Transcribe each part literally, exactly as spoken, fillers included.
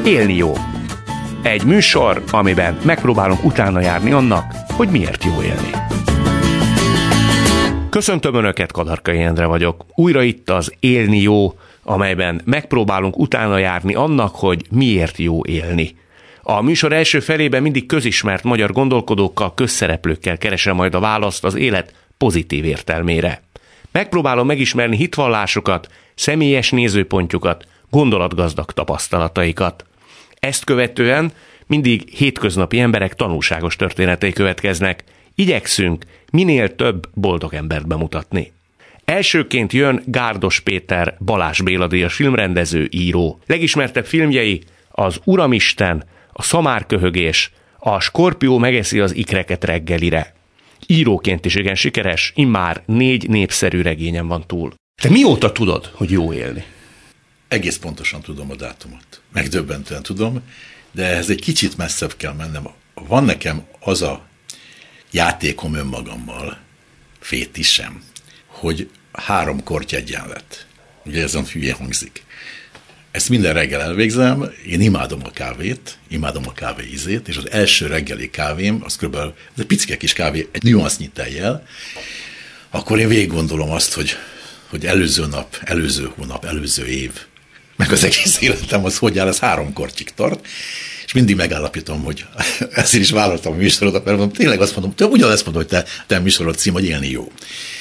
Élni jó. Egy műsor, amiben megpróbálunk utána járni annak, hogy miért jó élni. Köszöntöm Önöket, Kadarkai Endre vagyok. Újra itt az Élni jó, amelyben megpróbálunk utána járni annak, hogy miért jó élni. A műsor első felében mindig közismert magyar gondolkodókkal, közszereplőkkel keresem majd a választ az élet pozitív értelmére. Megpróbálom megismerni hitvallásukat, személyes nézőpontjukat, gondolatgazdag tapasztalataikat. Ezt követően mindig hétköznapi emberek tanulságos történetei következnek. Igyekszünk minél több boldog embert bemutatni. Elsőként jön Gárdos Péter, Balázs Béla díjas filmrendező, író. Legismertebb filmjei az Uramisten, a Szamárköhögés, a Skorpió megeszi az ikreket reggelire. Íróként is igen sikeres, immár négy népszerű regényen van túl. Te mióta tudod, hogy jó élni? Egész pontosan tudom a dátumot. Megdöbbentően tudom, de ez egy kicsit messzebb kell mennem. Van nekem az a játékom önmagammal, fétisem, hogy három korty egyenlet. Ugye ez olyan hülye hangzik. Ezt minden reggel elvégzem, én imádom a kávét, imádom a kávé ízét, és az első reggeli kávém, az kb. Ez egy picike kis kávé, egy nüansznyi tejjel, akkor én végig gondolom azt, hogy, hogy előző nap, előző hónap, előző év, meg az egész életem az hogy áll, ez három kortyig tart, és mindig megállapítom, hogy ezért is vállaltam a műsorodat, mert mondom, tényleg azt mondom, te ugyanezt mondod, hogy te, te műsorod cím, hogy élni jó.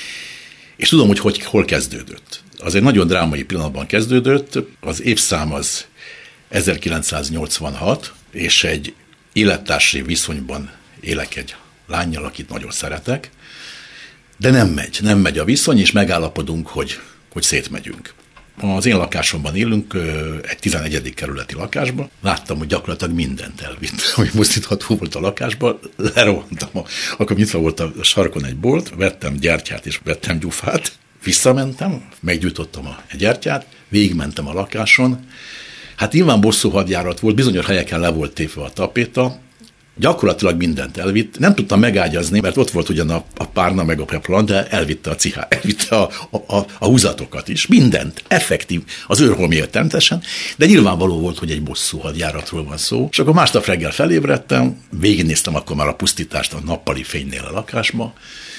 És tudom, hogy, hogy hol kezdődött. Az egy nagyon drámai pillanatban kezdődött, az évszám az ezerkilencszáznyolcvanhat, és egy élettársi viszonyban élek egy lánnyal, akit nagyon szeretek, de nem megy, nem megy a viszony, és megállapodunk, hogy, hogy szétmegyünk. Az én lakásomban élünk, egy tizenegyedik kerületi lakásban. Láttam, hogy gyakorlatilag mindent elvitt, ami mozdítható volt a lakásban. Lerohantam, a, akkor nyitva volt a sarkon egy bolt, vettem gyertyát és vettem gyufát. Visszamentem, meggyújtottam a gyertyát, végigmentem a lakáson. Hát nyilván bosszú hadjárat volt, bizonyos helyeken le volt tépve a tapéta, gyakorlatilag mindent elvitt. Nem tudtam megágyazni, mert ott volt ugyan a, a párna meg a plan, de elvitte a cihát, elvitte a, a, a, a húzatokat is. Mindent, effektív, az őrholmiért természetesen, de nyilvánvaló volt, hogy egy bosszú hadjáratról van szó. És akkor másnap reggel felébredtem, végignéztem akkor már a pusztítást a nappali fénynél a lakásba,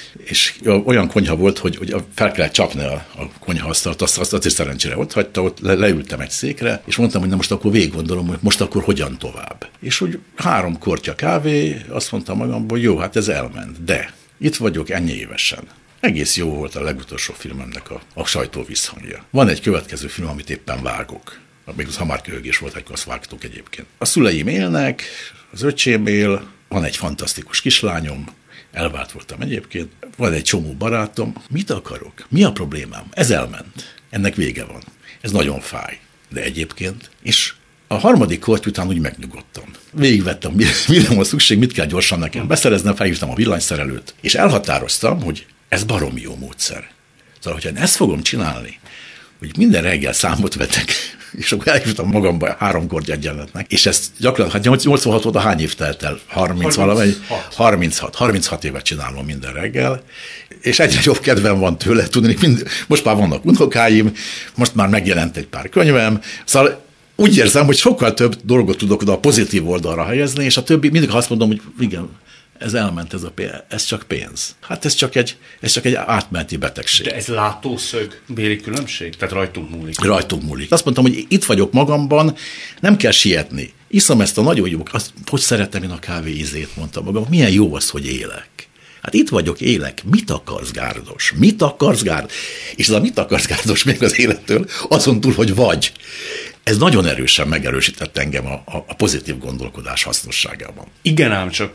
és olyan konyha volt, hogy, hogy fel kellett csapni a, a konyhaasztalt, azt, azt, azt is szerencsére ott hagyta, ott le, leültem egy székre, és mondtam, hogy na most akkor végig gondolom, hogy most akkor hogyan tovább. És úgy három kortya kávé, azt mondtam magamból, hogy jó, hát ez elment, de itt vagyok ennyi évesen. Egész jó volt a legutolsó filmemnek a, a sajtó visszhangja. Van egy következő film, amit éppen vágok. Még az Szamárköhögés volt, akkor azt vágtuk egyébként. A szüleim élnek, az öcsém él, van egy fantasztikus kislányom, elvált voltam egyébként, van egy csomó barátom, mit akarok? Mi a problémám? Ez elment. Ennek vége van. Ez nagyon fáj. De egyébként, és a harmadik korty után úgy megnyugodtam. Végigvettem, mire van szükség, mit kell gyorsan nekem beszereznem, felhívtam a villanyszerelőt, és elhatároztam, hogy ez baromi jó módszer. Szóval, hogyha ezt fogom csinálni, hogy minden reggel számot vetek, és akkor elhívtam magamba három korty egyenletnek, és ezt gyakorlatilag, hát nyolcvanhat óta hány év telt el? harminc valamely? harminchat. harminchat évet csinálom minden reggel, és egyre jobb kedvem van tőle, tudni, mind, most már vannak unokáim, most már megjelent egy pár könyvem, szóval úgy érzem, hogy sokkal több dolgot tudok oda a pozitív oldalra helyezni, és a többi, mindig azt mondom, hogy igen, ez elment, ez, a pénz, ez csak pénz. Hát ez csak egy, ez csak egy átmeneti betegség. De ez látószög béli különbség? Tehát rajtunk múlik. Rajtunk múlik. Azt mondtam, hogy itt vagyok magamban, nem kell sietni. Iszom ezt a nagyon jó, azt, hogy szeretem én a kávé ízét, mondtam magam, milyen jó az, hogy élek. Hát itt vagyok, élek. Mit akarsz, Gárdos? Mit akarsz, Gárdos? És ez a mit akarsz, Gárdos még az élettől, azon túl, hogy vagy. Ez nagyon erősen megerősített engem a, a, a pozitív gondolkodás hasznosságában. Igen, ám csak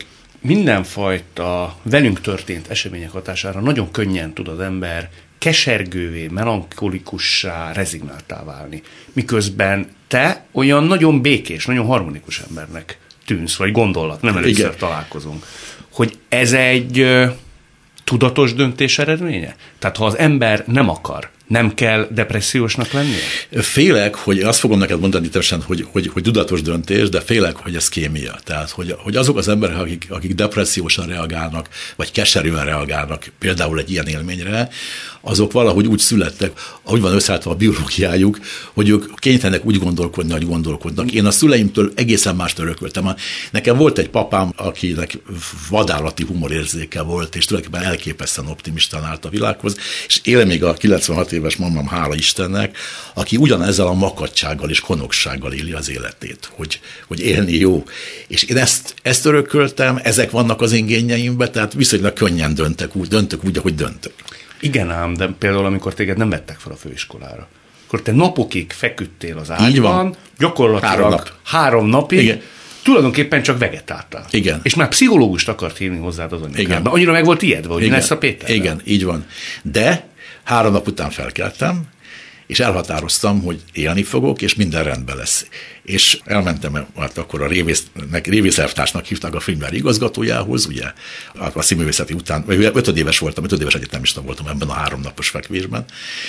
mindenfajta velünk történt események hatására nagyon könnyen tud az ember kesergővé, melankolikussá, rezignáltá válni. Miközben te olyan nagyon békés, nagyon harmonikus embernek tűnsz, vagy gondolat, nem először Igen. találkozunk. Hogy ez egy ö, tudatos döntés eredménye? Tehát ha az ember nem akar Nem kell depressziósnak lennie? Félek, hogy azt fogom neked mondani teljesen, hogy, hogy, hogy tudatos döntés, de félek, hogy ez kémia. Tehát, hogy, hogy azok az emberek, akik, akik depressziósan reagálnak, vagy keserűen reagálnak például egy ilyen élményre, azok valahogy úgy születtek, ahogy van összeállítva a biológiájuk, hogy ők kénytelenek úgy gondolkodni, hogy gondolkodnak. Én a szüleimtől egészen mást örököltem. Nekem volt egy papám, akinek vadállati humorérzéke volt, és tulajdonképpen elképesztően optimistán állt a világhoz, és él még a kilencvenhat éves mamám, hála Istennek, aki ugyanezzel a makadsággal és konoksággal éli az életét, hogy, hogy élni jó. És én ezt, ezt örököltem, ezek vannak az én génjeimben, tehát viszonylag könnyen döntek úgy, döntök úgy, ahogy döntök. Igen ám, de például amikor téged nem vettek fel a főiskolára, akkor te napokig feküdtél az ágyban, gyakorlatilag három, nap. három napig, igen. Tulajdonképpen csak vegetáltál. Igen. És már pszichológust akart hívni hozzád az anyukádba. Annyira meg volt ijedve, hogy mi lesz a Péterrel. Igen, így van. De három nap után felkeltem, és elhatároztam, hogy élni fogok, és minden rendben lesz. És elmentem, hát akkor a révészervtársnak hívták a filmgyár igazgatójához, ugye, a színművészeti után, ötödéves voltam, ötödéves egyetemista voltam ebben a háromnapos fekvésben,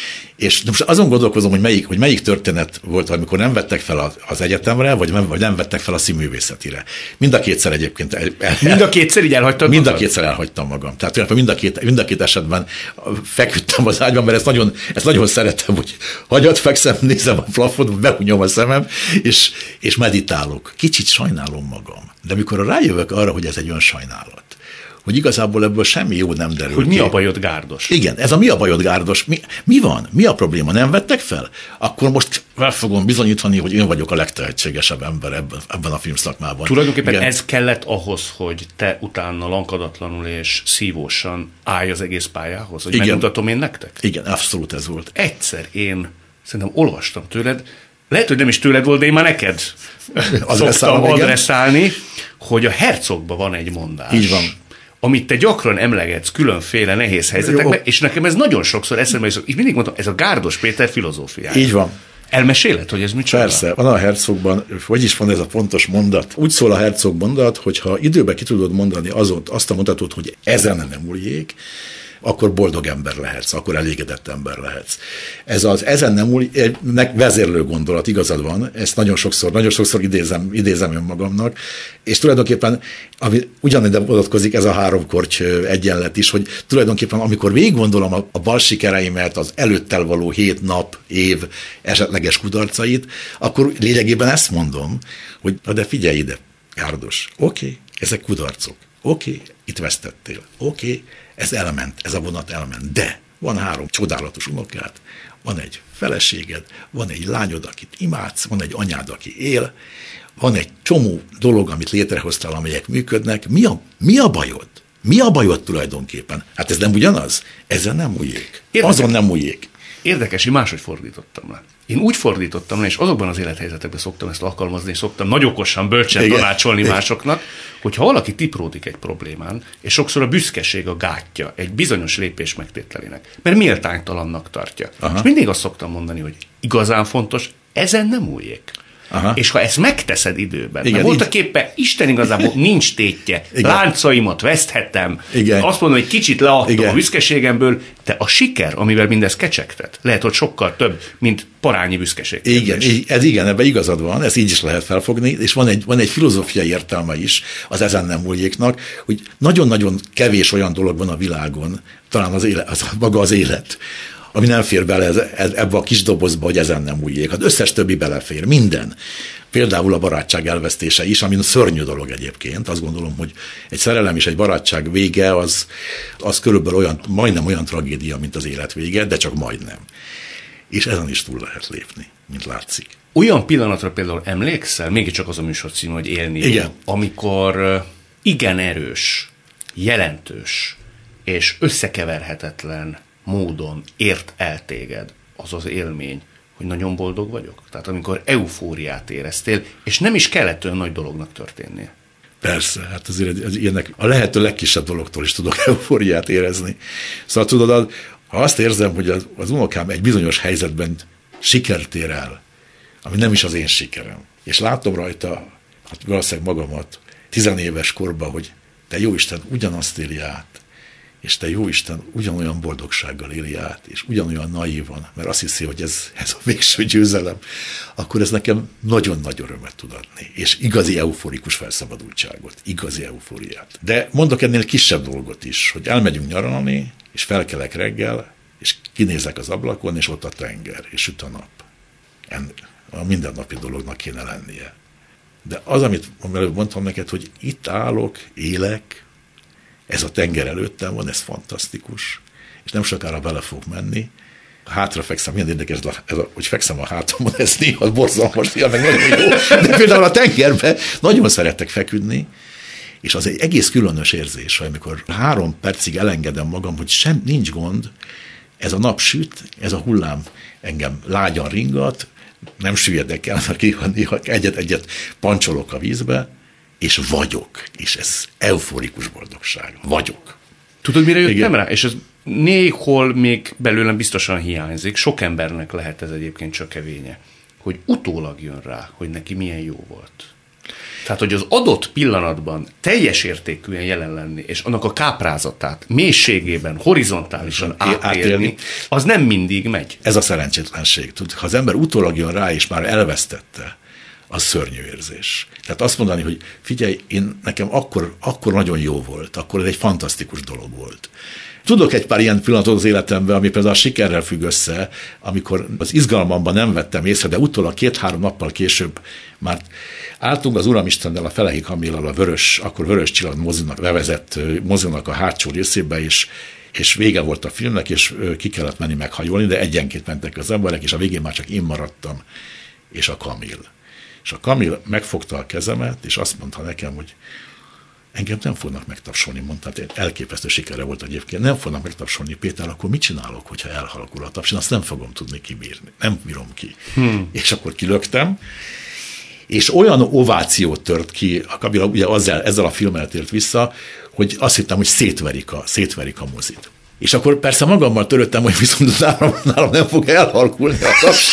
és most azon gondolkozom, hogy melyik, hogy melyik történet volt, amikor nem vettek fel az egyetemre, vagy nem, vagy nem vettek fel a színművészetire. Mind a kétszer egyébként. El, el, mind a kétszer így elhagytad Mind magad? a kétszer elhagytam magam. Tehát mind a két, mind a két esetben feküdtem az ágyban, mert ezt nagyon, ezt nagyon szeretem, hogy hagyat fekszem, nézem a plafont, behunyom a szemem, és és meditálok. Kicsit sajnálom magam. De mikor rájövök arra, hogy ez egy önsajnálat, hogy igazából ebből semmi jó nem derül Hogy ki. mi a bajod, Gárdos? Igen, ez a mi a bajod, Gárdos. Mi, mi van? Mi a probléma? Nem vettek fel? Akkor most fel fogom bizonyítani, hogy én vagyok a legtehetségesebb ember ebben, ebben a filmszakmában. Tulajdonképpen igen. Ez kellett ahhoz, hogy te utána lankadatlanul és szívósan állj az egész pályához? Hogy igen. Megmutatom én nektek? Igen, abszolút ez volt. Egyszer én szerintem olvastam tőled, lehet, hogy nem is tőled volt, de én már neked szoktam adresszálni, hogy a Herzogban van egy mondás. Így van. Amit te gyakran emlegetsz különféle nehéz helyzetekben, és nekem ez nagyon sokszor eszembe is, és mindig mondtam, ez a Gárdos Péter filozófiája. Így van. Elmeséled, hogy ez micsoda? Persze, van a Herzogban, hogy is van ez a pontos mondat. Úgy szól a Herzog mondat, hogy ha időben ki tudod mondani azon, azt a mondatot, hogy ezen nem múljék, akkor boldog ember lehetsz, akkor elégedett ember lehetsz. Ez az ezen nem új, vezérlő gondolat, igazad van, ezt nagyon sokszor, nagyon sokszor idézem, idézem önmagamnak, és tulajdonképpen ami ugyanide vonatkozik ez a három korty egyenlet is, hogy tulajdonképpen amikor végig gondolom a, a bal sikereimet, az előttel való hét nap, év esetleges kudarcait, akkor lényegében ezt mondom, hogy na de figyelj ide, Gárdos, oké, okay, ezek kudarcok, oké, okay, itt vesztettél, oké, okay, ez elment, ez a vonat elment, de van három csodálatos unokád, van egy feleséged, van egy lányod, akit imádsz, van egy anyád, aki él, van egy csomó dolog, amit létrehoztál, amelyek működnek. Mi a, mi a bajod? Mi a bajod tulajdonképpen? Hát ez nem ugyanaz? Ezzel nem múljék. Érdekes. Azon nem múljék. Érdekes, én máshogy fordítottam le. Én úgy fordítottam le, és azokban az élethelyzetekben szoktam ezt alkalmazni, és szoktam nagy okosan, bölcsen igen. tanácsolni igen. másoknak, hogyha valaki tipródik egy problémán, és sokszor a büszkeség a gátja egy bizonyos lépés megtételének, mert méltánytalannak tartja. Aha. És mindig azt szoktam mondani, hogy igazán fontos, ezen nem múljék. Aha. És ha ezt megteszed időben, igen, mert voltak éppen Isten igazából nincs tétje, igen. láncaimat veszthetem, igen. azt mondom, hogy kicsit leadtam igen. a büszkeségemből, de a siker, amivel mindez kecsegtet, lehet, hogy sokkal több, mint parányi büszkeség. Igen, ez igen, ebben igazad van, ez így is lehet felfogni, és van egy, van egy filozófiai értelme is az ezen nem múljéknak, hogy nagyon-nagyon kevés olyan dolog van a világon, talán az élet, az, maga az élet, ami nem fér bele ez, ez, ebbe a kis dobozba, hogy ezen nem múljék. Hát összes többi belefér, minden. Például a barátság elvesztése is, ami szörnyű dolog egyébként. Azt gondolom, hogy egy szerelem és egy barátság vége az, az körülbelül olyan, majdnem olyan tragédia, mint az élet vége, de csak majdnem. És ezen is túl lehet lépni, mint látszik. Olyan pillanatra például emlékszel, mégiscsak az a műsor cím, hogy élni, igen. amikor igen erős, jelentős és összekeverhetetlen módon ért el téged az az élmény, hogy nagyon boldog vagyok? Tehát amikor eufóriát éreztél, és nem is kellett olyan nagy dolognak történnie. Persze, hát azért ez ilyenek, a lehető legkisebb dologtól is tudok eufóriát érezni. Szóval tudod, ha azt érzem, hogy az, az unokám egy bizonyos helyzetben sikert ér el, ami nem is az én sikerem, és látom rajta, hát valószínűleg magamat, tizenéves korban, hogy te jóisten ugyanazt éli át, és te jóisten ugyanolyan boldogsággal éli át, és ugyanolyan naívan, mert azt hiszi, hogy ez, ez a végső győzelem, akkor ez nekem nagyon nagy örömet tud adni, és igazi euforikus felszabadultságot, igazi eufóriát. De mondok ennél kisebb dolgot is, hogy elmegyünk nyaralni, és felkelek reggel, és kinézek az ablakon, és ott a tenger, és süt a nap. En, a mindennapi dolognak kéne lennie. De az, amit előbb mondtam neked, hogy itt állok, élek, ez a tenger előttem van, ez fantasztikus, és nem sokára bele fog menni. Hátra fekszem, milyen érdekes, ez a, hogy fekszem a hátamon, ez néha borzalmas, néha meg nagyon jó, de például a tengerben nagyon szeretek feküdni, és az egy egész különös érzés, hogy amikor három percig elengedem magam, hogy sem nincs gond, ez a nap süt, ez a hullám engem lágyan ringat, nem süllyedek el, mert néha egyet-egyet pancsolok a vízbe, és vagyok, és ez euforikus boldogság. Vagyok. Tudod, mire jöttem Igen. rá? És ez néhol még belőlem biztosan hiányzik, sok embernek lehet ez egyébként csak kevénye, hogy utólag jön rá, hogy neki milyen jó volt. Tehát, hogy az adott pillanatban teljes értékűen jelen lenni, és annak a káprázatát mélységében, horizontálisan átélni, átélni, az nem mindig megy. Ez a szerencsétlenség. Tud, ha az ember utólag jön rá, és már elvesztette, az szörnyű érzés. Tehát azt mondani, hogy figyelj, én, nekem akkor, akkor nagyon jó volt, akkor ez egy fantasztikus dolog volt. Tudok egy pár ilyen pillanatot az életemben, ami például a sikerrel függ össze, amikor az izgalmamban nem vettem észre, de utólag két-három nappal később már álltunk az Uramistennel, a Felehi Kamillal, a vörös, akkor Vörös Csillag mozinak levezett mozinak a hátsó részébe, és, és vége volt a filmnek, és ki kellett menni meghajolni, de egyenként mentek az emberek, és a végén már csak én maradtam, és a Kamill. És a Kamill megfogta a kezemet, és azt mondta nekem, hogy engem nem fognak megtapsolni, mondta, elképesztő sikere volt egyébként, nem fognak megtapsolni, Péter, akkor mit csinálok, hogyha elhalkul a taps? Én azt nem fogom tudni kibírni, nem bírom ki. Hmm. És akkor kilöktem, és olyan ovációt tört ki, a Kamilla ugye azzal, ezzel a filmmel tért vissza, hogy azt hittem, hogy szétverik a, szétverik a mozit. És akkor persze magammal törődtem, hogy viszont nálam, nálam nem fog elhalkulni a taps.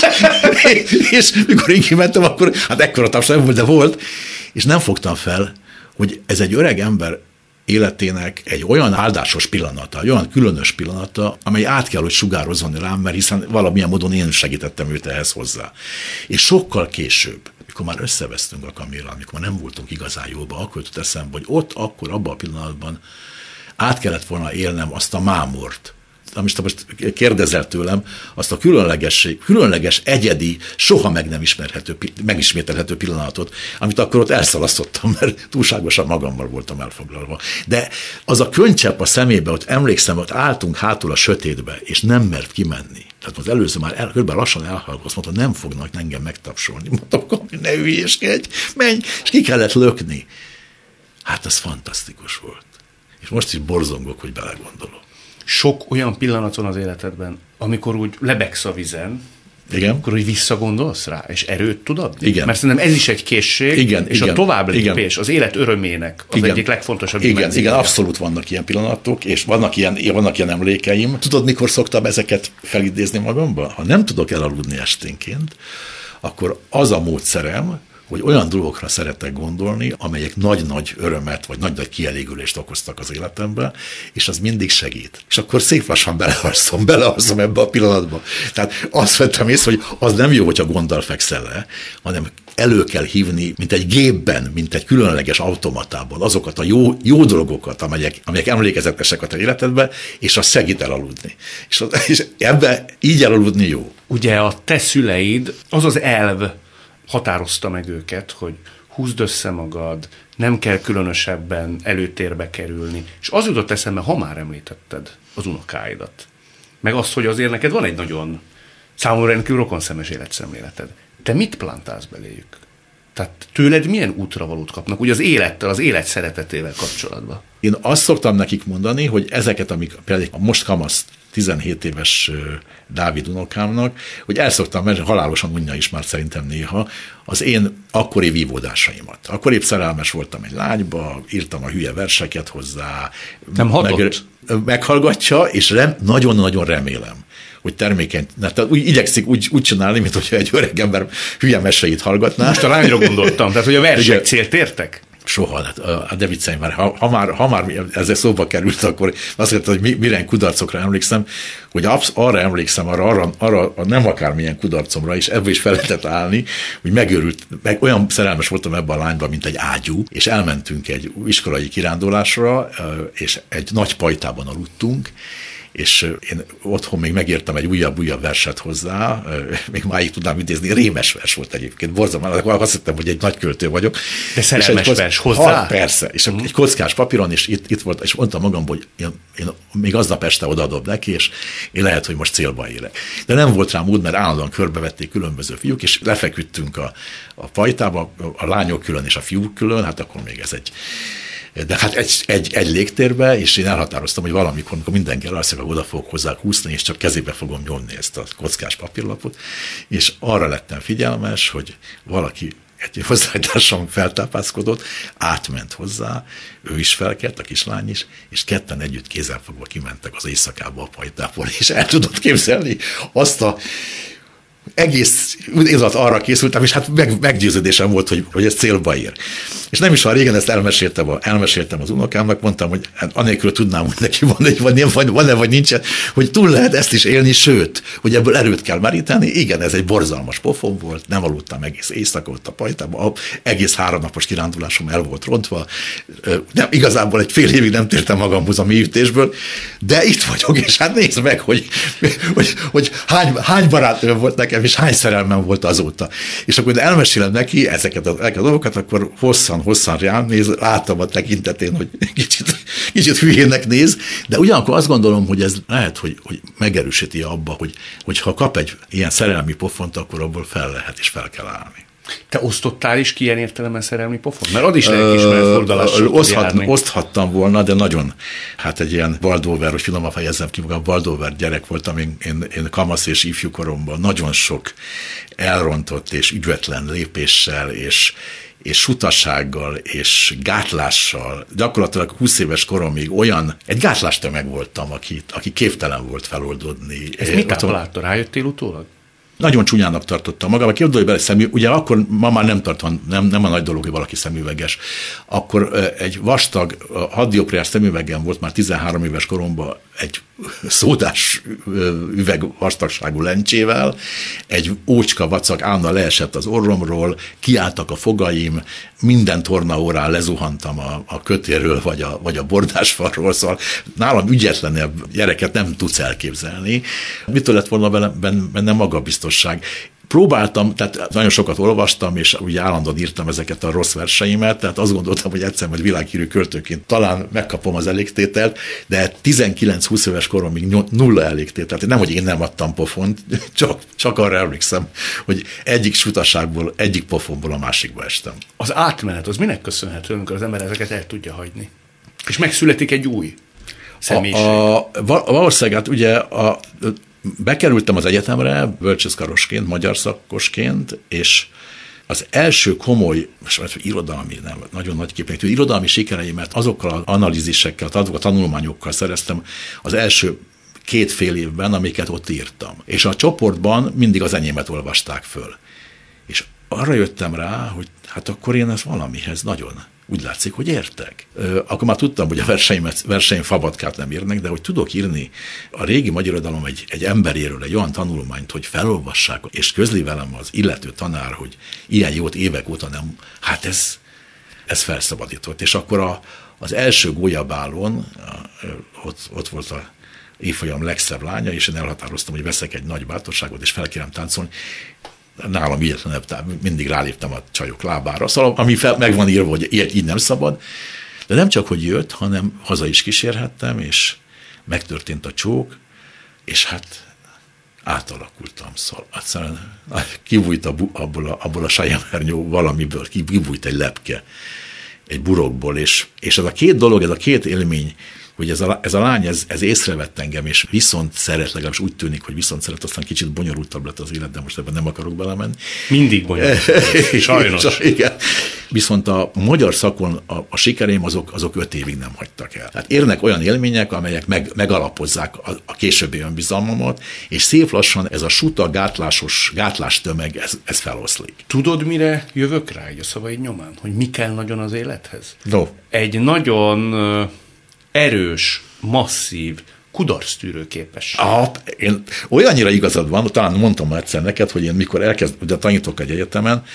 És mikor én kimentem, akkor hát ekkora taps nem volt, de volt, és nem fogtam fel, hogy ez egy öreg ember életének egy olyan áldásos pillanata, egy olyan különös pillanata, amely át kell, hogy sugározzon rám, mert hiszen valamilyen módon én segítettem őt ehhez hozzá. És sokkal később, mikor már összevesztünk a Kamillal, amikor már nem voltunk igazán jóba, akkor jutott eszembe, hogy ott, akkor, abban a pillanatban át kellett volna élnem azt a mámort, amit most kérdezel tőlem, azt a különlegesség, különleges, egyedi, soha meg nem ismerhető, megismételhető pillanatot, amit akkor ott elszalasztottam, mert túlságosan magammal voltam elfoglalva. De az a könycsepp a szemébe, ott emlékszem, ott álltunk hátul a sötétbe, és nem mert kimenni. Tehát az előző már el, körülbelül lassan elhallgatott, azt mondta, nem fognak engem megtapsolni. Mondtam, Kami, ne hülyéskedj, menj, és ki kellett lökni. Hát ez fantasztikus volt. És most is borzongok, hogy belegondolok. Sok olyan pillanat van az életedben, amikor úgy lebegsz a vizen, igen. Akkor úgy visszagondolsz rá, és erőt tud adni? Igen. Mert szerintem ez is egy készség, igen, és igen, a továbblépés, igen. az élet örömének az igen. egyik legfontosabb igen, dimenziója. igen, abszolút vannak ilyen pillanatok, és vannak ilyen, vannak ilyen emlékeim. Tudod, mikor szoktam ezeket felidézni magamba? Ha nem tudok elaludni esténként, akkor az a módszerem, hogy olyan dolgokra szeretek gondolni, amelyek nagy-nagy örömet, vagy nagy-nagy kielégülést okoztak az életemben, és az mindig segít. És akkor szép lassan belealszom, belealszom ebbe a pillanatba. Tehát azt vettem észre, hogy az nem jó, hogyha gonddal fekszel le, hanem elő kell hívni, mint egy gépben, mint egy különleges automatában azokat a jó, jó dolgokat, amelyek, amelyek emlékezetesek a te életedben, és az segít elaludni. És, az, és ebbe így elaludni jó. Ugye a te szüleid, az az elv határozta meg őket, hogy húzd össze magad, nem kell különösebben előtérbe kerülni. És az jutott eszembe, ha már említetted az unokáidat. Meg azt, hogy azért neked van egy nagyon számomra rendkívül rokonszemes életszemléleted. Te mit plántálsz beléjük? Tehát tőled milyen útravalót kapnak, ugye az élettel, az élet szeretetével kapcsolatban? Én azt szoktam nekik mondani, hogy ezeket, amik például a most kamasz tizenhét éves Dávid unokámnak, hogy el szoktam, mert halálosan unja is már szerintem néha, az én akkori vívódásaimat. Akkor épp szerelmes voltam egy lányba, írtam a hülye verseket hozzá. Nem hatott? Meg, meghallgatja, és rem, nagyon-nagyon remélem, hogy termékeny, tehát úgy igyekszik úgy, úgy csinálni, mint hogyha egy öreg ember hülye meseit hallgatná. Most a lányra gondoltam, tehát hogy a versek célt értek? Soha, hát de viccelj már, ha, ha már, ha már ezzel szóba került, akkor azt mondta, hogy mi, milyen kudarcokra emlékszem, hogy absz, arra emlékszem, arra, arra, arra nem akármilyen kudarcomra, és ebből is fel lehetett állni, hogy megőrült, meg olyan szerelmes voltam ebben a lányban, mint egy ágyú, és elmentünk egy iskolai kirándulásra, és egy nagy pajtában aludtunk, és én otthon még megírtam egy újabb-újabb verset hozzá, még máig tudnám idézni, rémes vers volt egyébként, borzalmas, akkor azt hittem, hogy egy nagy költő vagyok. De szerelmes kock... vers hozzá? Ha, persze, és uh-huh. egy kockás papíron, és itt, itt volt, és mondtam magamból, hogy én, én még aznap este odaadom neki, és én lehet, hogy most célba érek. De nem volt rám mód, mert állandóan körbevették különböző fiúk, és lefeküdtünk a, a pajtába, a lányok külön és a fiúk külön, hát akkor még ez egy de hát egy, egy, egy légtérbe, és én elhatároztam, hogy valamikor, amikor mindenki elalszik, akkor oda fogok hozzá húzni, és csak kezébe fogom nyomni ezt a kockás papírlapot, és arra lettem figyelmes, hogy valaki, egy hozzátársam feltápászkodott, átment hozzá, ő is felkelt, a kislány is, és ketten együtt kézenfogva kimentek az éjszakába a pajtából, és el tudott képzelni azt a egész izat arra készültem, és hát meg, meggyőződésem volt, hogy, hogy ez célba ér. És nem is van régen, ezt elmeséltem, a, elmeséltem az unokámnak, mondtam, hogy hát anélkül tudnám, hogy neki van egy, vagy van, van-e, vagy nincsen, hogy túl lehet ezt is élni, sőt, hogy ebből erőt kell meríteni. Igen, ez egy borzalmas pofon volt, nem aludtam egész éjszaka ott a pajtában, egész háromnapos kirándulásom el volt rontva, nem, igazából egy fél évig nem tértem magamhoz a mélyütésből, de itt vagyok, és hát nézd meg, hogy, hogy, hogy hány, hány barátnőm volt nekem, és hány szerelmem volt azóta. És akkor elmesélem neki ezeket a, ezeket a dolgokat, akkor hosszan-hosszan rám néz, láttam a tekintetén, hogy kicsit, kicsit hülyének néz, de ugyanakkor azt gondolom, hogy ez lehet, hogy, hogy megerősíti abba, hogy, hogy ha kap egy ilyen szerelmi pofont, akkor abból fel lehet és fel kell állni. Te osztottál is ki ilyen értelemben szerelmi pofon? Mert ad is lelkiismeret fordulással Oszthat, Oszthattam volna, de nagyon, hát egy ilyen Waldorfer, hogy finoman fejezzem ki magam, Waldorfer gyerek voltam, én, én, én kamasz és ifjú koromban nagyon sok elrontott és ügyetlen lépéssel, és és sutasággal, és gátlással, gyakorlatilag húsz éves koromig olyan, egy gátlástömeg voltam, aki, aki képtelen volt feloldódni. Ez mit látta? Rájöttél utólag? Nagyon csúnyának tartottam magam, képzelj bele szemű, ugye akkor ma már nem tartom, nem, nem a nagy dolog, hogy valaki szemüveges. Akkor egy vastag, haddioptriás szemüvegem volt már tizenhárom éves koromban, egy szódás üveg vastagságú lencsével, egy ócska vacak állna leesett az orromról, kiálltak a fogaim, minden tornaórán lezuhantam a, a kötérről, vagy a, vagy a bordásfalról, szóval nálam ügyetlenebb gyereket nem tudsz elképzelni. Mitől lett volna bennem magabiztosság? Próbáltam, tehát nagyon sokat olvastam, és ugye állandóan írtam ezeket a rossz verseimet, tehát azt gondoltam, hogy egyszer majd világhírű költőként talán megkapom az elégtételt, de tizenkilenc-húsz éves koromig nulla elégtételt. Nem, hogy én nem adtam pofont, csak, csak arra emlékszem, hogy egyik sutaságból, egyik pofonból a másikba estem. Az átmenet, az minek köszönhető, amikor az ember ezeket el tudja hagyni? És megszületik egy új személyiség. A, a, valószínűleg, hát ugye a bekerültem az egyetemre bölcsészkarosként, magyar szakosként, és az első komoly, most irodalmi, nem, nagyon nagy képek, irodalmi sikereimet azokkal az analízisekkel, azokkal a tanulmányokkal szereztem az első két fél évben, amiket ott írtam. És a csoportban mindig az enyémet olvasták föl. És arra jöttem rá, hogy hát akkor én ez valamihez nagyon úgy látszik, hogy értek. Akkor már tudtam, hogy a verseimet, verseim fabatkát nem írnek, de hogy tudok írni a régi magyar irodalom egy, egy emberéről egy olyan tanulmányt, hogy felolvassák, és közli velem az illető tanár, hogy ilyen jót évek óta nem, hát ez, ez felszabadított. És akkor a, az első gólyabálon ott, ott volt a évfolyam legszebb lánya, és én elhatároztam, hogy veszek egy nagy bátorságot, és felkérem táncolni. Nálam ügyetlenebb, mindig ráléptem a csajok lábára, szóval ami fel, meg van írva, hogy ilyet így nem szabad, de nem csak, hogy jött, hanem haza is kísérhettem, és megtörtént a csók, és hát átalakultam, szóval egyszerűen kibújt a, abból a, abból a sajemernyó valamiből, kibújt egy lepke, egy burokból, és, és ez a két dolog, ez a két élmény, hogy ez a, ez a lány, ez, ez észrevett engem, és viszont szeret, legalábbis úgy tűnik, hogy viszont szeret, aztán kicsit bonyolultabb lett az élet, de most ebben nem akarok belemenni. Mindig bonyolult. Sajnos. Igen. viszont a magyar szakon a, a sikereim azok, azok öt évig nem hagytak el. Tehát érnek olyan élmények, amelyek meg, megalapozzák a, a későbbi önbizalmamat, és szép lassan ez a suta, gátlásos, gátlástömeg, ez, ez feloszlik. Tudod, mire jövök rá egy a szavaid nyomán? Hogy mi kell nagyon az élethez? No. Egy nagyon erős, masszív, kudarctűrő képesség. Ah, én olyannyira igazad van, talán mondtam egyszer neked, hogy én mikor elkezdtem, de tanítok egy egyetemen,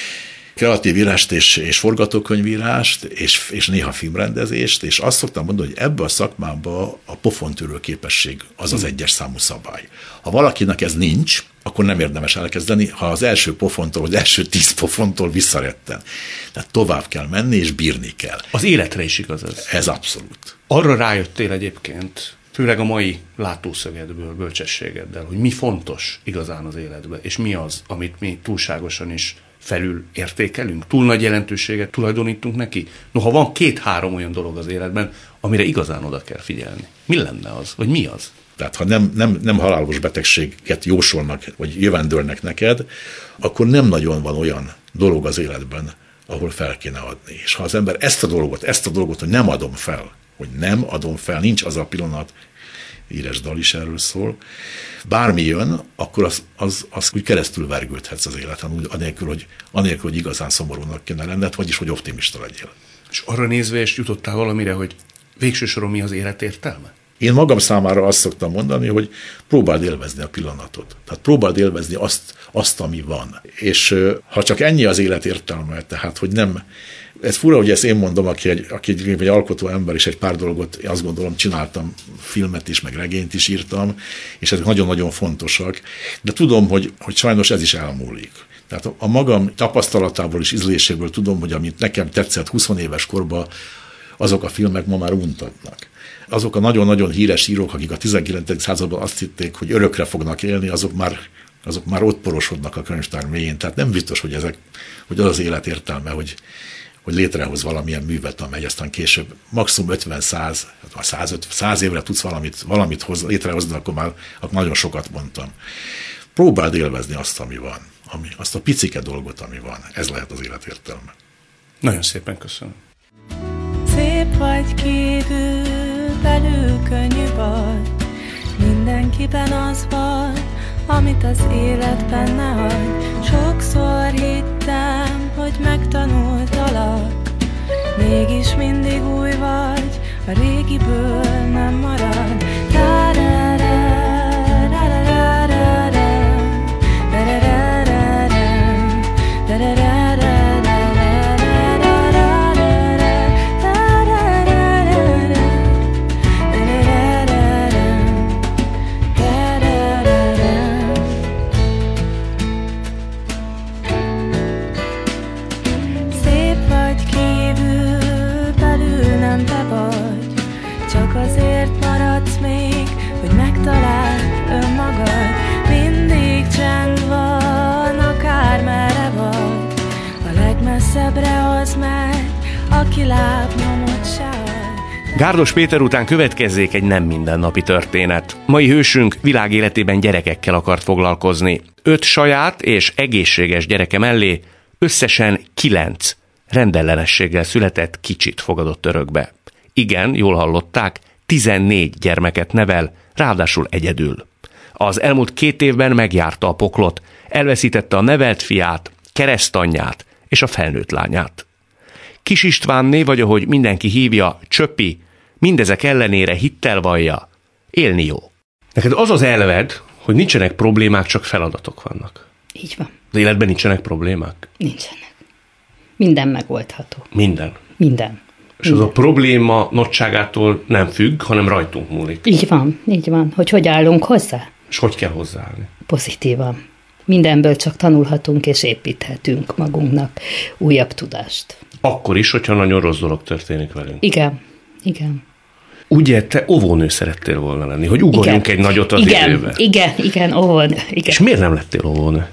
kreatív írást és, és forgatókönyvírást, és, és néha filmrendezést, és azt szoktam mondani, hogy ebbe a szakmába a pofontűrő képesség az az egyes számú szabály. Ha valakinek ez nincs, akkor nem érdemes elkezdeni, ha az első pofontól, az első tíz pofontól visszaretten. Tehát tovább kell menni, és bírni kell. Az életre is igaz ez. Ez abszolút. Arra rájöttél egyébként, főleg a mai látószögedből, bölcsességeddel, hogy mi fontos igazán az életben, és mi az, amit mi túlságosan is felül értékelünk, túl nagy jelentőséget tulajdonítunk neki. Noha van két-három olyan dolog az életben, amire igazán oda kell figyelni. Mi lenne az? Vagy mi az? Tehát ha nem, nem, nem halálos betegséget jósolnak, vagy jövendőlnek neked, akkor nem nagyon van olyan dolog az életben, ahol fel kéne adni. És ha az ember ezt a dolgot, ezt a dolgot, hogy nem adom fel, hogy nem adom fel, nincs az a pillanat, íres dal is erről szól, bármi jön, akkor az, az, az úgy keresztül vergődhetsz az életen, úgy, anélkül, hogy, anélkül, hogy igazán szomorúnak kéne lenned, vagyis, hogy optimista legyél. És arra nézve is jutottál valamire, hogy végső soron mi az élet értelme? Én magam számára azt szoktam mondani, hogy próbáld élvezni a pillanatot. Tehát próbáld élvezni azt, azt ami van. És ha csak ennyi az élet értelme, tehát, hogy nem... Ez fura, hogy ezt én mondom, aki egy, aki egy, egy alkotó ember, és egy pár dolgot, én azt gondolom, csináltam, filmet is, meg regényt is írtam, és ezek nagyon-nagyon fontosak. De tudom, hogy, hogy sajnos ez is elmúlik. Tehát a magam tapasztalatából és ízléséből tudom, hogy amit nekem tetszett húsz éves korban, azok a filmek ma már untatnak. Azok a nagyon-nagyon híres írók, akik a tizenkilencedik században azt hitték, hogy örökre fognak élni, azok már, azok már ott porosodnak a könyvtár mélyén. Tehát nem biztos, hogy, ezek, hogy az az élet értelme, hogy, hogy létrehoz valamilyen művet, amely aztán később maximum ötven-száz, száz évre tudsz valamit, valamit hoz, létrehozni, akkor már akkor nagyon sokat mondtam. Próbáld élvezni azt, ami van, ami, azt a picike dolgot, ami van. Ez lehet az élet értelme. Nagyon szépen köszönöm. Szép vagy kívül, belül könnyű vagy, mindenkiben az van, amit az élet benne hagy. Sokszor hittem, hogy megtanultalak, mégis mindig új vagy, a régiből nem marad. Gárdos Péter után következzék egy nem mindennapi történet. Mai hősünk világéletében gyerekekkel akart foglalkozni. Öt saját és egészséges gyereke mellé összesen kilenc rendellenességgel született kicsit fogadott örökbe. Igen, jól hallották, tizennégy gyermeket nevel, ráadásul egyedül. Az elmúlt két évben megjárta a poklot, elveszítette a nevelt fiát, keresztanyját és a felnőtt lányát. Kis Istvánné, vagy ahogy mindenki hívja, Csöpi, mindezek ellenére hittel vallja, élni jó. Neked az az elved, hogy nincsenek problémák, csak feladatok vannak. Így van. Az életben nincsenek problémák? Nincsenek. Minden megoldható. Minden? Minden. És Minden. Az a probléma nagyságától nem függ, hanem rajtunk múlik. Így van, így van. Hogy hogy állunk hozzá? És hogy kell hozzáállni? Pozitívan. Mindenből csak tanulhatunk és építhetünk magunknak újabb tudást. Akkor is, hogyha nagyon rossz dolog történik velünk. Igen, igen. Ugye te óvónő szerettél volna lenni, hogy ugorjunk igen. egy nagyot az igen, időbe. Igen, igen, óvónő. Igen. És miért nem lettél óvónő?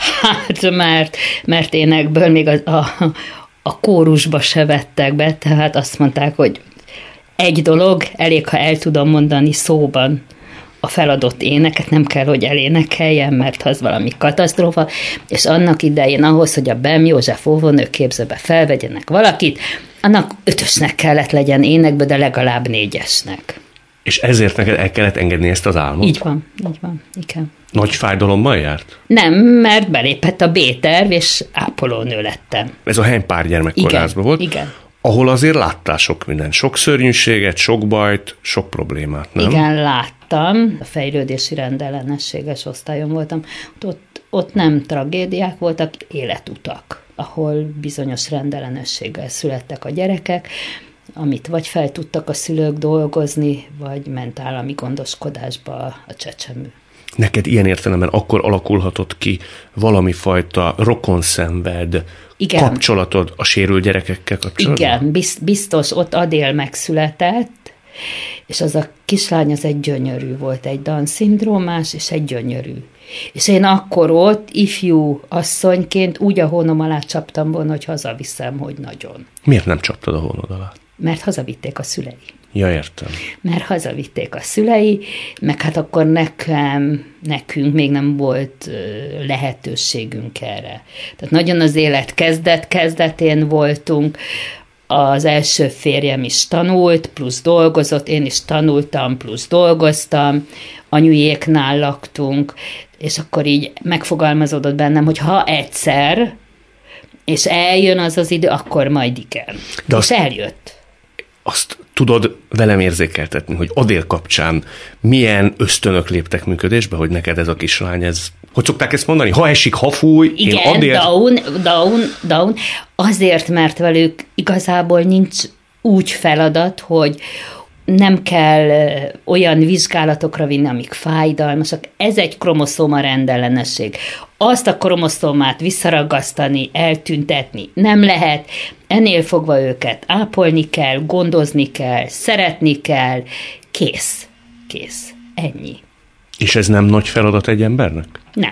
Hát, mert, mert énekből még a, a, a kórusba se vettek be, tehát azt mondták, hogy egy dolog, elég, ha el tudom mondani szóban a feladott éneket nem kell, hogy elénekeljen, mert az valami katasztrófa, és annak idején ahhoz, hogy a Bem József óvónő képzőbe felvegyenek valakit, annak ötösnek kellett legyen énekbe, de legalább négyesnek. És ezért neked el kellett engedni ezt az álmot? Így van, így van, igen. Nagy fájdalommal járt? Nem, mert belépett a B-terv, és ápolónő lettem. Ez a Henny Pár gyermekkórházban volt? Igen. Ahol azért láttál sok mindent, sok szörnyűséget, sok bajt, sok problémát, nem? Igen, láttam. A fejlődési rendellenességes osztályon voltam. Ott, ott nem tragédiák voltak, életutak, ahol bizonyos rendellenességgel születtek a gyerekek, amit vagy fel tudtak a szülők dolgozni, vagy ment állami gondoskodásba a csecsemő. Neked ilyen értelemben akkor alakulhatott ki valami fajta rokonszenved, igen, kapcsolatod a sérült gyerekekkel kapcsolatban? Igen, biztos, ott Adél megszületett, és az a kislány az egy gyönyörű volt, egy Down-szindrómás, és egy gyönyörű. És én akkor ott ifjú asszonyként úgy a hónom alá csaptam volna, hogy hazaviszem, hogy nagyon. Miért nem csaptad a hónod alá? Mert hazavitték a szülei. Ja, értem. Mert hazavitték a szülei, meg hát akkor nekem, nekünk még nem volt lehetőségünk erre. Tehát nagyon az élet kezdet, kezdetén voltunk, az első férjem is tanult, plusz dolgozott, én is tanultam, plusz dolgoztam, anyujéknál laktunk, és akkor így megfogalmazódott bennem, hogy ha egyszer, és eljön az az idő, akkor majd igen. De és azt, eljött. Azt tudod velem érzékeltetni, hogy Adél kapcsán milyen ösztönök léptek működésbe, hogy neked ez a kislány, ez, hogy szokták ezt mondani? Ha esik, ha fúj, igen, én Adél... down, down, down. Azért, mert velük igazából nincs úgy feladat, hogy nem kell olyan vizsgálatokra vinni, amik fájdalmasak. Ez egy kromoszóma rendellenesség. Azt a kromoszómát visszaragasztani, eltüntetni nem lehet. Ennél fogva őket ápolni kell, gondozni kell, szeretni kell. Kész. Kész. Ennyi. És ez nem nagy feladat egy embernek? Nem.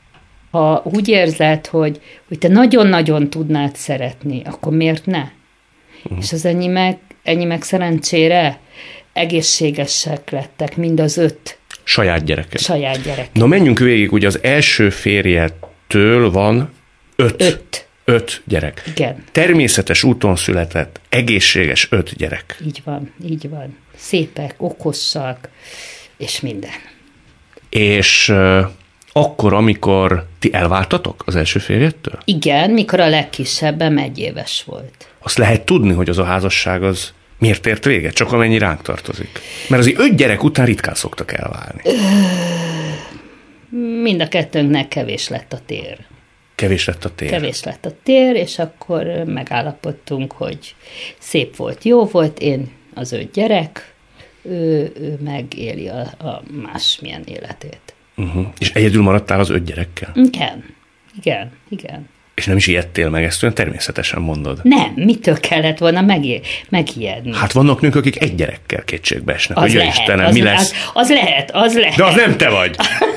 Ha úgy érzed, hogy, hogy te nagyon-nagyon tudnád szeretni, akkor miért ne? Uh-huh. És az ennyi meg, ennyi meg szerencsére egészségesek lettek mind az öt. Saját gyerekek. Saját gyerekek. Na menjünk végig, ugye az első férjettől van öt. Öt. Öt gyerek. Igen. Természetes úton született, egészséges öt gyerek. Így van, így van. Szépek, okosak, és minden. És uh, akkor, amikor ti elváltatok az első férjettől? Igen, mikor a legkisebbem egy éves volt. Azt lehet tudni, hogy az a házasság az miért ért véget? Csak amennyi ránk tartozik. Mert azért öt gyerek után ritkán szoktak elválni. Mind a kettőnknek kevés lett a tér. Kevés lett a tér. Kevés lett a tér, és akkor megállapodtunk, hogy szép volt, jó volt, én az öt gyerek, ő, ő megéli a, a másmilyen életét. Uh-huh. És egyedül maradtál az öt gyerekkel? Igen, igen, igen. És nem is ijedtél meg, ezt olyan természetesen mondod. Nem, mitől kellett volna megé- megijedni? Hát vannak nők, akik egy gyerekkel kétségbe esnek. Az hogy lehet, Istenem, az, mi lesz? Az, az lehet, az lehet. De az nem te vagy.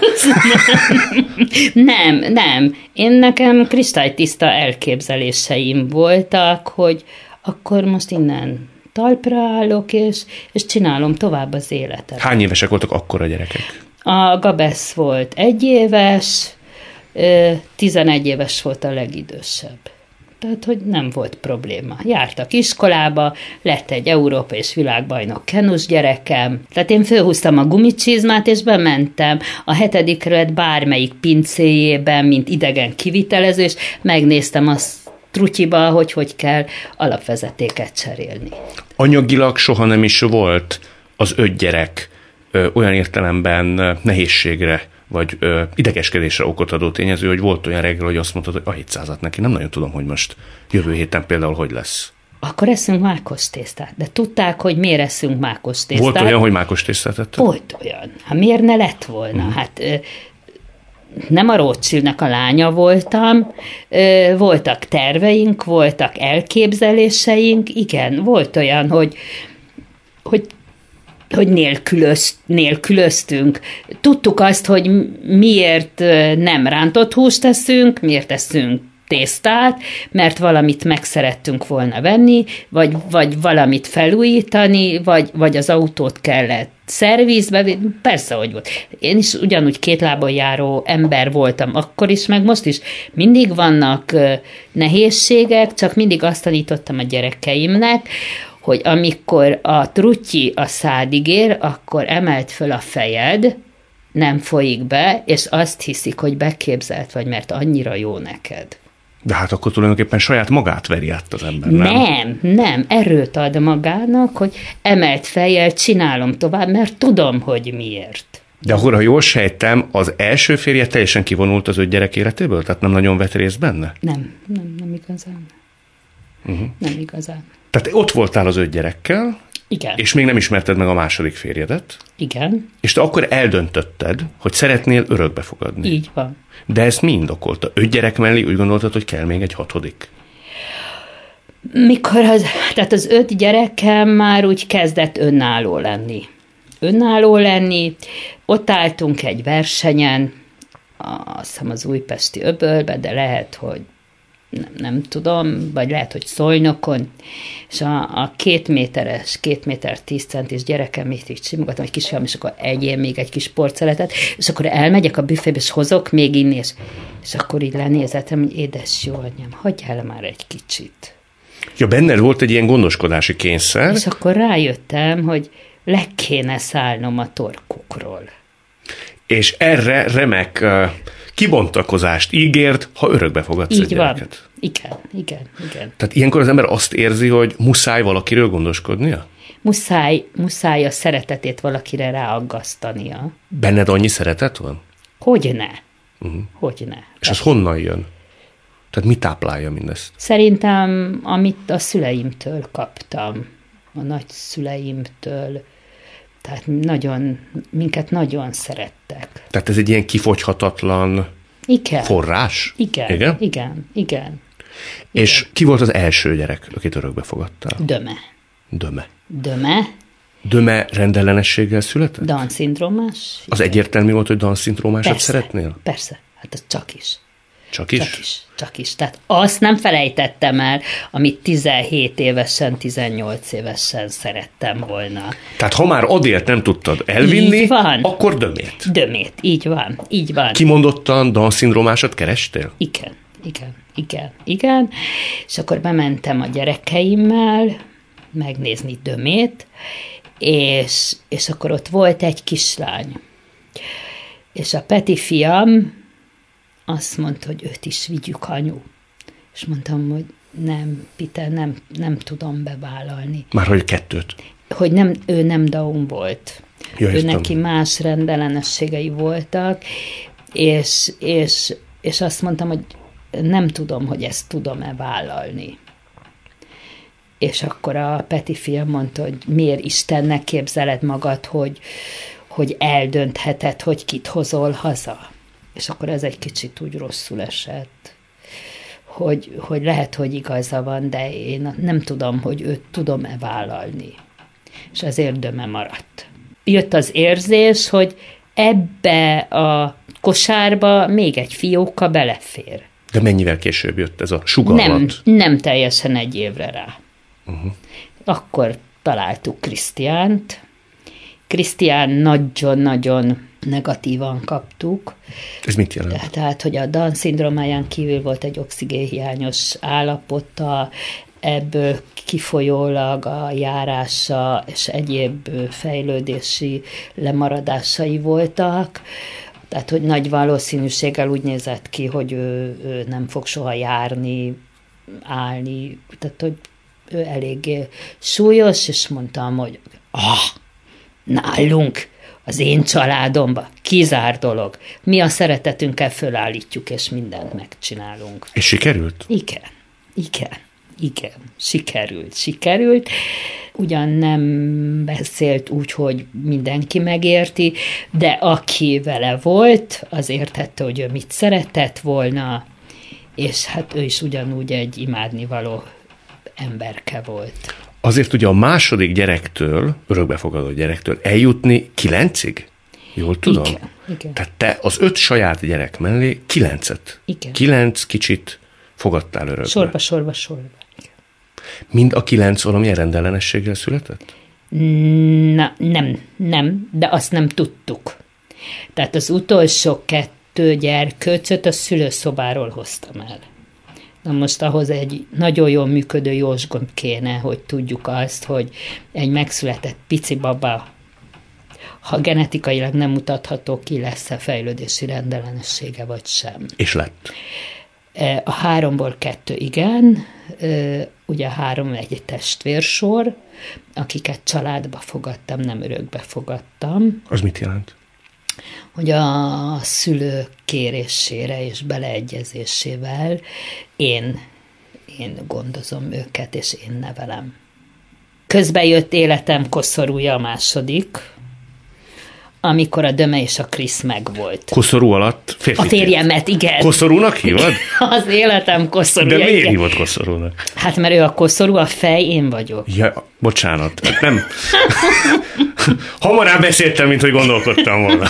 nem, nem. Én nekem kristálytiszta elképzeléseim voltak, hogy akkor most innen talpra állok, és, és csinálom tovább az életet. Hány évesek voltak akkor a gyerekek? A Gabesz volt egy éves, tizenegy éves volt a legidősebb. Tehát, hogy nem volt probléma. Jártak iskolába, lett egy Európa és világbajnok kenus gyerekem. Tehát én fölhúztam a gumicsizmát, és bementem a hetedik kerület bármelyik pincéjében, mint idegen kivitelező, és megnéztem a trutyiba, hogy hogy kell alapvezetéket cserélni. Anyagilag soha nem is volt az öt gyerek ö, olyan értelemben nehézségre, vagy ö, idegeskedésre okot adó tényező, hogy volt olyan reggel, hogy azt mondtad, hogy a hétszázat neki. Nem nagyon tudom, hogy most jövő héten például hogy lesz. Akkor eszünk mákos tésztát. De tudták, hogy miért eszünk mákos tésztát? Volt olyan, hogy mákos tésztát ettek? Volt olyan. Hát miért ne lett volna? Uh-huh. Hát ö, nem a Rothschildnek a lánya voltam, ö, voltak terveink, voltak elképzeléseink, igen, volt olyan, hogy, hogy hogy nélkülöz, nélkülöztünk. Tudtuk azt, hogy miért nem rántott húst teszünk, miért teszünk tésztát, mert valamit meg szerettünk volna venni, vagy, vagy valamit felújítani, vagy, vagy az autót kellett szervizbe, persze, hogy volt. Én is ugyanúgy két lábon járó ember voltam akkor is, meg most is. Mindig vannak nehézségek, csak mindig azt tanítottam a gyerekeimnek, hogy amikor a trutyi a szádig ér, akkor emeld föl a fejed, nem folyik be, és azt hiszik, hogy beképzelt vagy, mert annyira jó neked. De hát akkor tulajdonképpen saját magát veri át az ember, nem? Nem, nem. Erőt ad magának, hogy emelt fejjel csinálom tovább, mert tudom, hogy miért. De akkor, ha jól sejtem, az első férje teljesen kivonult az öt gyerek életéből? Tehát nem nagyon vett részt benne? Nem, nem, nem igazán. Uh-huh. Nem igazán. Tehát ott voltál az öt gyerekkel, igen. És még nem ismerted meg a második férjedet. Igen. És te akkor eldöntötted, hogy szeretnél örökbe fogadni. Így van. De ezt mi indokolta? Öt gyerek mellé úgy gondoltad, hogy kell még egy hatodik? Mikor az, tehát az öt gyerekem már úgy kezdett önálló lenni. Önálló lenni. Ott álltunk egy versenyen, azt hiszem az újpesti öbölbe, de lehet, hogy Nem, nem tudom, vagy lehet, hogy Szolnokon, és a, a két méteres, két méter tíz centis gyerekem még így simogatom, egy kisfiam, és akkor egyél még egy kis porceletet, és akkor elmegyek a büfébe, és hozok még inni, és, és akkor így lenézetem, hogy édes jó anyám, hagyjál már egy kicsit. Ja, benned volt egy ilyen gondoskodási kényszer. És akkor rájöttem, hogy le kéne szállnom a torkukról. És erre remek uh, kibontakozást ígért, ha örökbe fogadsz egy gyereket. Van. Igen, igen, igen. Tehát ilyenkor az ember azt érzi, hogy muszáj valakiről gondoskodnia? Muszáj, muszáj a szeretetét valakire ráaggasztania. Benned annyi szeretet van? Hogyne. Uh-huh. Hogyne. És az honnan jön? Tehát mi táplálja mindezt? Szerintem, amit a szüleimtől kaptam, a nagyszüleimtől, tehát nagyon, minket nagyon szerettek. Tehát ez egy ilyen kifogyhatatlan igen. forrás? Igen, igen, igen, igen. És igen. Ki volt az első gyerek, akit örökbe fogadtál? Döme. Döme. Döme. Döme rendellenességgel született? Down-szindrómás. Az egyértelmű volt, hogy Down-szindrómásat szeretnél? Persze, hát az csak is. Csak is? Csak is, csak is. Tehát azt nem felejtettem el, amit tizenhét évesen, tizennyolc évesen szerettem volna. Tehát ha már adért nem tudtad elvinni, akkor dömét. Dömét, így van, így van. Kimondottan Down-szindrómásat kerestél? Igen, igen, igen, igen. És akkor bementem a gyerekeimmel megnézni dömét, és, és akkor ott volt egy kislány. És a Peti fiam azt mondta, hogy őt is vigyük, anyu. És mondtam, hogy nem, Peter, nem, nem tudom bevállalni. Már hogy kettőt? Hogy nem, ő nem Down volt. Ja, ő neki más rendellenességei voltak, és, és, és azt mondtam, hogy nem tudom, hogy ezt tudom-e vállalni. És akkor a Peti fiam mondta, hogy miért Istennek képzeled magad, hogy, hogy eldöntheted, hogy kit hozol haza. És akkor ez egy kicsit úgy rosszul esett, hogy, hogy lehet, hogy igaza van, de én nem tudom, hogy őt tudom-e vállalni. És ezért Döme maradt. Jött az érzés, hogy ebbe a kosárba még egy fióka belefér. De mennyivel később jött ez a sugallat? Nem, nem teljesen egy évre rá. Uh-huh. Akkor találtuk Krisztiánt. Krisztián nagyon-nagyon negatívan kaptuk. Ez mit jelent? Tehát, hogy a Down-szindrómáján kívül volt egy oxigénhiányos állapota, ebből kifolyólag a járása és egyéb fejlődési lemaradásai voltak. Tehát, hogy nagy valószínűséggel úgy nézett ki, hogy ő, ő nem fog soha járni, állni. Tehát, hogy ő eléggé súlyos, és mondtam, hogy ah, nálunk, az én családomba, kizár dolog. Mi a szeretetünkkel fölállítjuk, és mindent megcsinálunk. És sikerült? Igen, igen, igen, sikerült, sikerült. Ugyan nem beszélt úgy, hogy mindenki megérti, de aki vele volt, az értette, hogy ő mit szeretett volna, és hát ő is ugyanúgy egy imádnivaló emberke volt. Azért ugye a második gyerektől, örökbefogadott gyerektől eljutni kilencig? Jól tudom? Igen, igen. Tehát te az öt saját gyerek mellé kilencet. Igen. Kilenc kicsit fogadtál örökbe? Sorba, sorba, sorba. Mind a kilenc valamilyen rendellenességgel született? Na, nem, nem, de azt nem tudtuk. Tehát az utolsó kettő gyerkőcöt a szülőszobáról hoztam el. Na most ahhoz egy nagyon jól működő jósgomb kéne, hogy tudjuk azt, hogy egy megszületett pici baba, ha genetikailag nem mutatható ki, lesz-e fejlődési rendellenessége vagy sem. És lett? A háromból kettő igen, ugye a három egy testvérsor, akiket családba fogadtam, nem örökbe fogadtam. Az mit jelent? Hogy a szülők kérésére és beleegyezésével én, én gondozom őket, és én nevelem. Közben jött életem koszorúja a második, amikor a Döme és a Krisz megvolt. Koszorú alatt férfi? A férjemet, igen. Koszorúnak hívod? Az életem koszorúja. De miért igen. hívod koszorúnak? Hát mert ő a koszorú, a fej, én vagyok. Ja, bocsánat, nem. Hamarabb beszéltem, mint hogy gondolkodtam volna.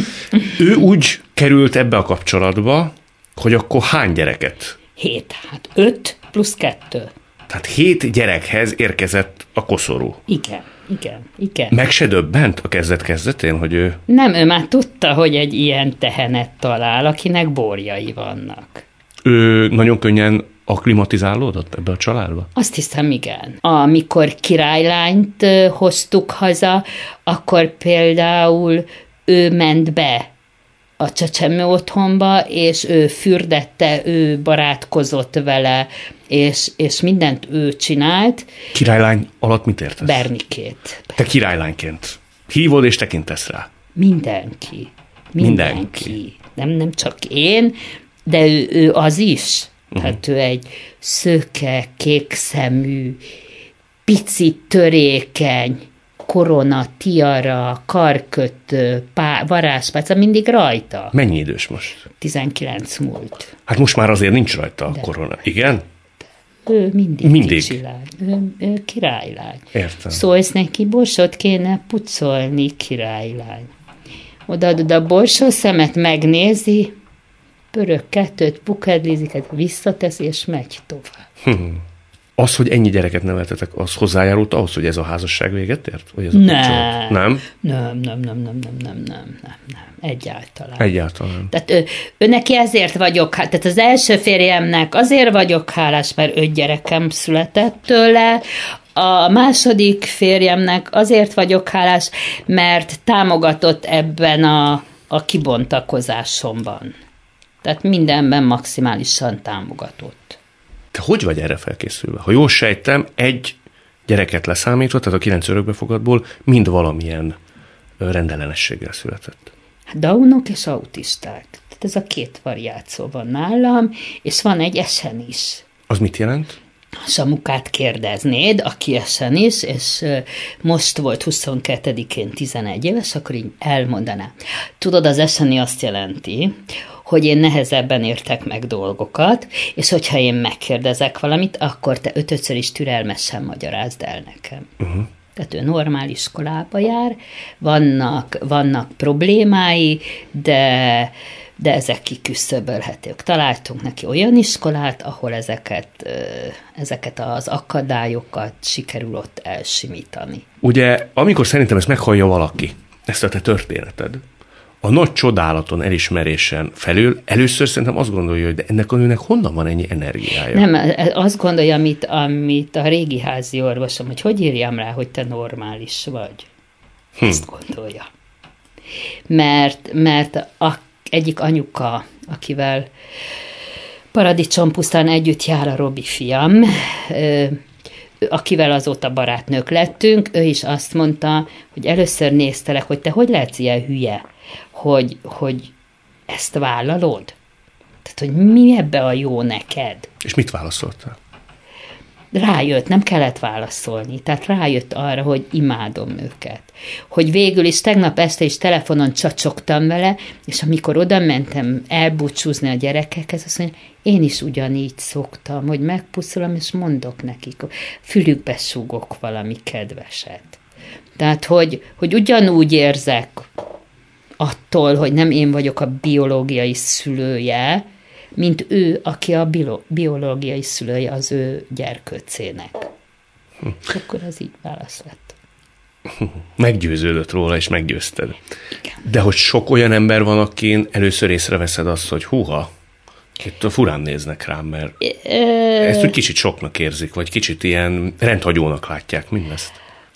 Ő úgy került ebbe a kapcsolatba, hogy akkor hány gyereket? Hét. Hát öt plusz kettő. Tehát hét gyerekhez érkezett a koszorú. Igen, igen, igen. Meg se döbbent a kezdet-kezdetén, hogy ő... Nem, ő már tudta, hogy egy ilyen tehenet talál, akinek borjai vannak. Ő nagyon könnyen akklimatizálódott ebbe a családba? Azt hiszem, igen. Amikor királylányt hoztuk haza, akkor például ő ment be a csecsemő otthonba, és ő fürdette, ő barátkozott vele, és, és mindent ő csinált. Királylány alatt mit értesz? Bernikét. Te királylányként hívod és tekintesz rá? Mindenki. Mindenki. Mindenki. Nem, nem csak én, de ő, ő az is. Uh-huh. Tehát ő egy szőke, kékszemű, pici, törékeny, korona, tiara, karkötő, pá, varázspálca, mindig rajta. Mennyi idős most? tizenkilenc múlt. Hát most már azért nincs rajta a De. korona. Igen? Ő mindig, mindig. kicsi lány. Ő, ő királylány. Értem. Szólsz neki, borsot kéne pucolni, királylány. Odaadod a borsó szemet, megnézi, pörög kettőt, pukedlizik, visszateszi, és megy tovább. Hmm. Az, hogy ennyi gyereket neveltetek, az hozzájárult ahhoz, hogy ez a házasság véget ért? Vagy ez a nem. nem. Nem, nem, nem, nem, nem, nem, nem, nem, nem, egyáltalán. Egyáltalán. Tehát ő, ő neki ezért vagyok, tehát az első férjemnek azért vagyok hálás, mert öt gyerekem született tőle, a második férjemnek azért vagyok hálás, mert támogatott ebben a, a kibontakozásomban. Tehát mindenben maximálisan támogatott. Te hogy vagy erre felkészülve? Ha jól sejtem, egy gyereket leszámítva, tehát a kilenc örökbefogadból mind valamilyen rendellenességgel született. Downok és autisták. Tehát ez a két variáció van nálam, és van egy esen is. Az mit jelent? A Samukát kérdeznéd, aki esen is, és most volt huszonkettedikén tizenegy éves, akkor így elmondaná. Tudod, az eseni azt jelenti, hogy én nehezebben értek meg dolgokat, és hogyha én megkérdezek valamit, akkor te ötödször is türelmesen magyarázd el nekem. Uh-huh. Tehát ő normál iskolába jár, vannak, vannak problémái, de, de ezek kiküszöbölhetők. Találtunk neki olyan iskolát, ahol ezeket, ezeket az akadályokat sikerül ott elsimítani. Ugye, amikor szerintem ezt meghallja valaki, ezt a te történeted, a nagy csodálaton, elismerésen felül először szerintem azt gondolja, hogy de ennek a nőnek honnan van ennyi energiája? Nem, azt gondolja, amit, amit a régi házi orvosom, hogy hogy írjam rá, hogy te normális vagy. Hm. Ezt gondolja. Mert, mert a, egyik anyuka, akivel paradicsompusztán együtt jár, a Robi fiam, akivel azóta barátnők lettünk, ő is azt mondta, hogy először néztelek, hogy te hogy lehetsz ilyen hülye, hogy, hogy ezt vállalod? Tehát, hogy mi ebbe a jó neked? És mit válaszoltál? Rájött, nem kellett válaszolni, tehát rájött arra, hogy imádom őket. Hogy végül is tegnap este is telefonon csacsogtam vele, és amikor oda mentem elbúcsúzni a gyerekekhez, azt mondja, én is ugyanígy szoktam, hogy megpuszolom, és mondok nekik, fülükbe súgok valami kedveset. Tehát, hogy, hogy ugyanúgy érzek attól, hogy nem én vagyok a biológiai szülője, mint ő, aki a bio- biológiai szülője az ő gyerkőcének. Hm. És akkor az így válasz lett. Meggyőződött róla, és meggyőzted. Igen. De hogy sok olyan ember van, akin először észreveszed azt, hogy húha, itt a furán néznek rám, mert ezt úgy kicsit soknak érzik, vagy kicsit ilyen rendhagyónak látják mindezt.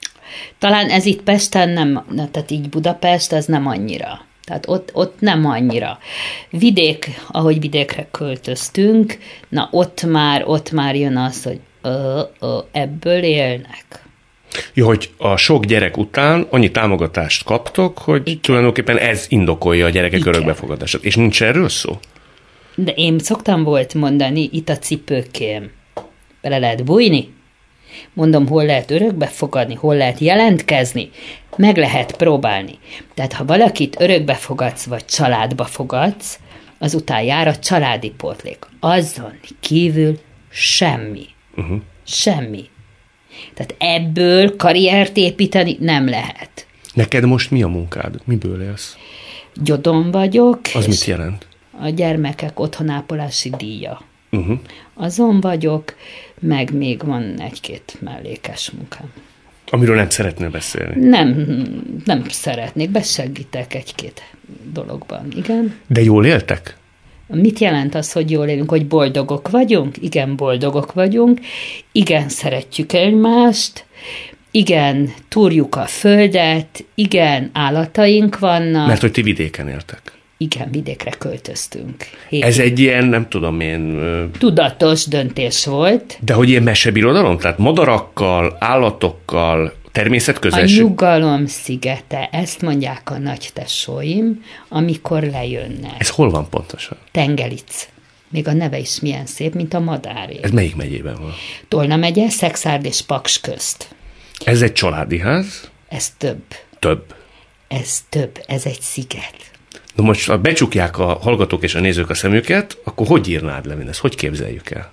Talán ez itt Pesten nem, tehát így Budapest, ez nem annyira. Tehát ott, ott nem annyira. Vidék, ahogy vidékre költöztünk, na ott már, ott már jön az, hogy ö, ö, ebből élnek. Jó, hogy a sok gyerek után annyi támogatást kaptok, hogy igen, tulajdonképpen ez indokolja a gyerekek igen, örökbefogadását. És nincs erről szó? De én szoktam volt mondani, itt a cipőkém. Bele lehet bújni? Mondom, hol lehet örökbefogadni, hol lehet jelentkezni, meg lehet próbálni. Tehát ha valakit örökbefogadsz, vagy családba fogadsz, azután jár a családi pótlék. Azon kívül semmi. Uh-huh. Semmi. Tehát ebből karriert építeni nem lehet. Neked most mi a munkád? Miből élsz? Gyodon vagyok. Az mit jelent? A gyermekek otthonápolási díja. Uh-huh. Azon vagyok, meg még van egy-két mellékes munkám. Amiről nem szeretnél beszélni? Nem, nem szeretnék, besegítek egy-két dologban, igen. De jól éltek? Mit jelent az, hogy jól élünk, hogy boldogok vagyunk? Igen, boldogok vagyunk. Igen, szeretjük egymást. Igen, túrjuk a földet. Igen, állataink vannak. Mert hogy ti vidéken éltek. Igen, vidékre költöztünk. Hét Ez egy ilyen, nem tudom én... Tudatos döntés volt. De hogy ilyen mesebirodalom? Tehát madarakkal, állatokkal, természetközelség? A nyugalom szigete, ezt mondják a nagytesóim, amikor lejönnek. Ez hol van pontosan? Tengelic. Még a neve is milyen szép, mint a madáré. Ez melyik megyében van? Tolna megye, Szexárd és Paks közt. Ez egy családi ház? Ez több. Több. Ez több, ez egy sziget. Na most, ha becsukják a hallgatók és a nézők a szemüket, akkor hogy írnád le mindezt? Hogy képzeljük el?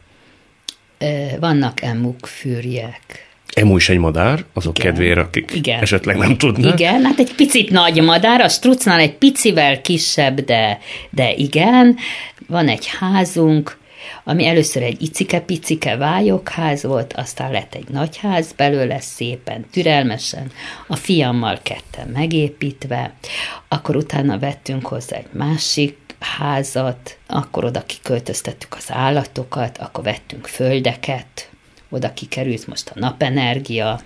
Vannak emuk, fürjek. Emu is egy madár, azok igen, kedvére, akik igen, esetleg nem tudnak. Igen, hát egy picit nagy madár, a strucnál egy picivel kisebb, de, de igen. Van egy házunk, ami először egy icike-picike vályokház volt, aztán lett egy nagy ház belőle, szépen, türelmesen, a fiammal ketten megépítve, akkor utána vettünk hozzá egy másik házat, akkor oda kiköltöztettük az állatokat, akkor vettünk földeket, oda kikerült most a napenergia,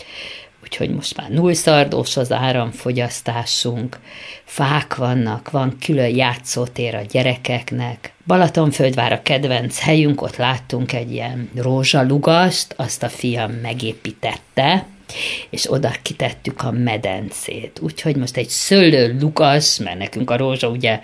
úgyhogy most már nullszardós az áramfogyasztásunk, fák vannak, van külön játszótér a gyerekeknek. Balatonföldvár a kedvenc helyünk, ott láttunk egy ilyen rózsalugast, azt a fiam megépítette, és oda kitettük a medencét. Úgyhogy most egy szőlőlugas, mert nekünk a rózsa ugye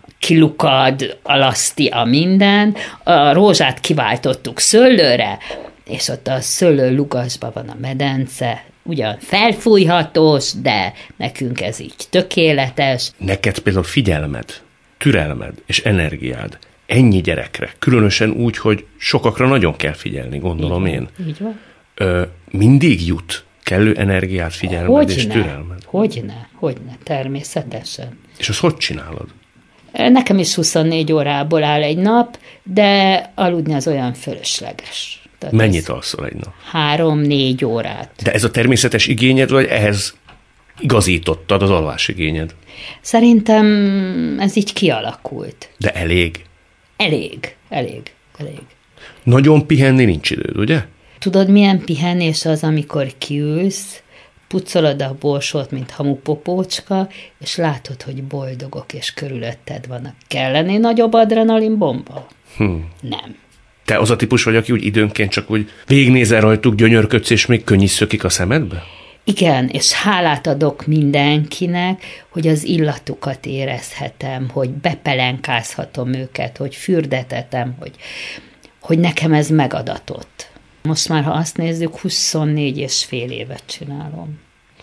kilukad, alaszti a minden, a rózsát kiváltottuk szőlőre, és ott a szőlőlugasban van a medence, ugyan felfújhatós, de nekünk ez így tökéletes. Neked például figyelmed, türelmed és energiád ennyi gyerekre, különösen úgy, hogy sokakra nagyon kell figyelni, gondolom így én. Van, így van. Ö, mindig jut kellő energiát, figyelmed hogyne, és türelmed? Hogyne, hogyne, természetesen. És azt hogy csinálod? Nekem is huszonnégy órából áll egy nap, de aludni az olyan fölösleges. Tehát mennyit alszol egy nap? Három-négy órát. De ez a természetes igényed, vagy ehhez igazítottad az alvásigényed? Szerintem ez így kialakult. De elég? Elég, elég, elég. Nagyon pihenni nincs időd, ugye? Tudod, milyen pihenés az, amikor kiülsz, pucolod a borsót, mint hamupopócska, és látod, hogy boldogok, és körülötted vannak. Kellene nagyobb adrenalin bomba? Hm. Nem. Te az a típus vagy, aki úgy időnként csak úgy végignézel rajtuk, gyönyörködsz, és még könny is szökik a szemedbe? Igen, és hálát adok mindenkinek, hogy az illatukat érezhetem, hogy bepelenkázhatom őket, hogy fürdetetem, hogy, hogy nekem ez megadatott. Most már, ha azt nézzük, huszonnégy és fél évet csinálom.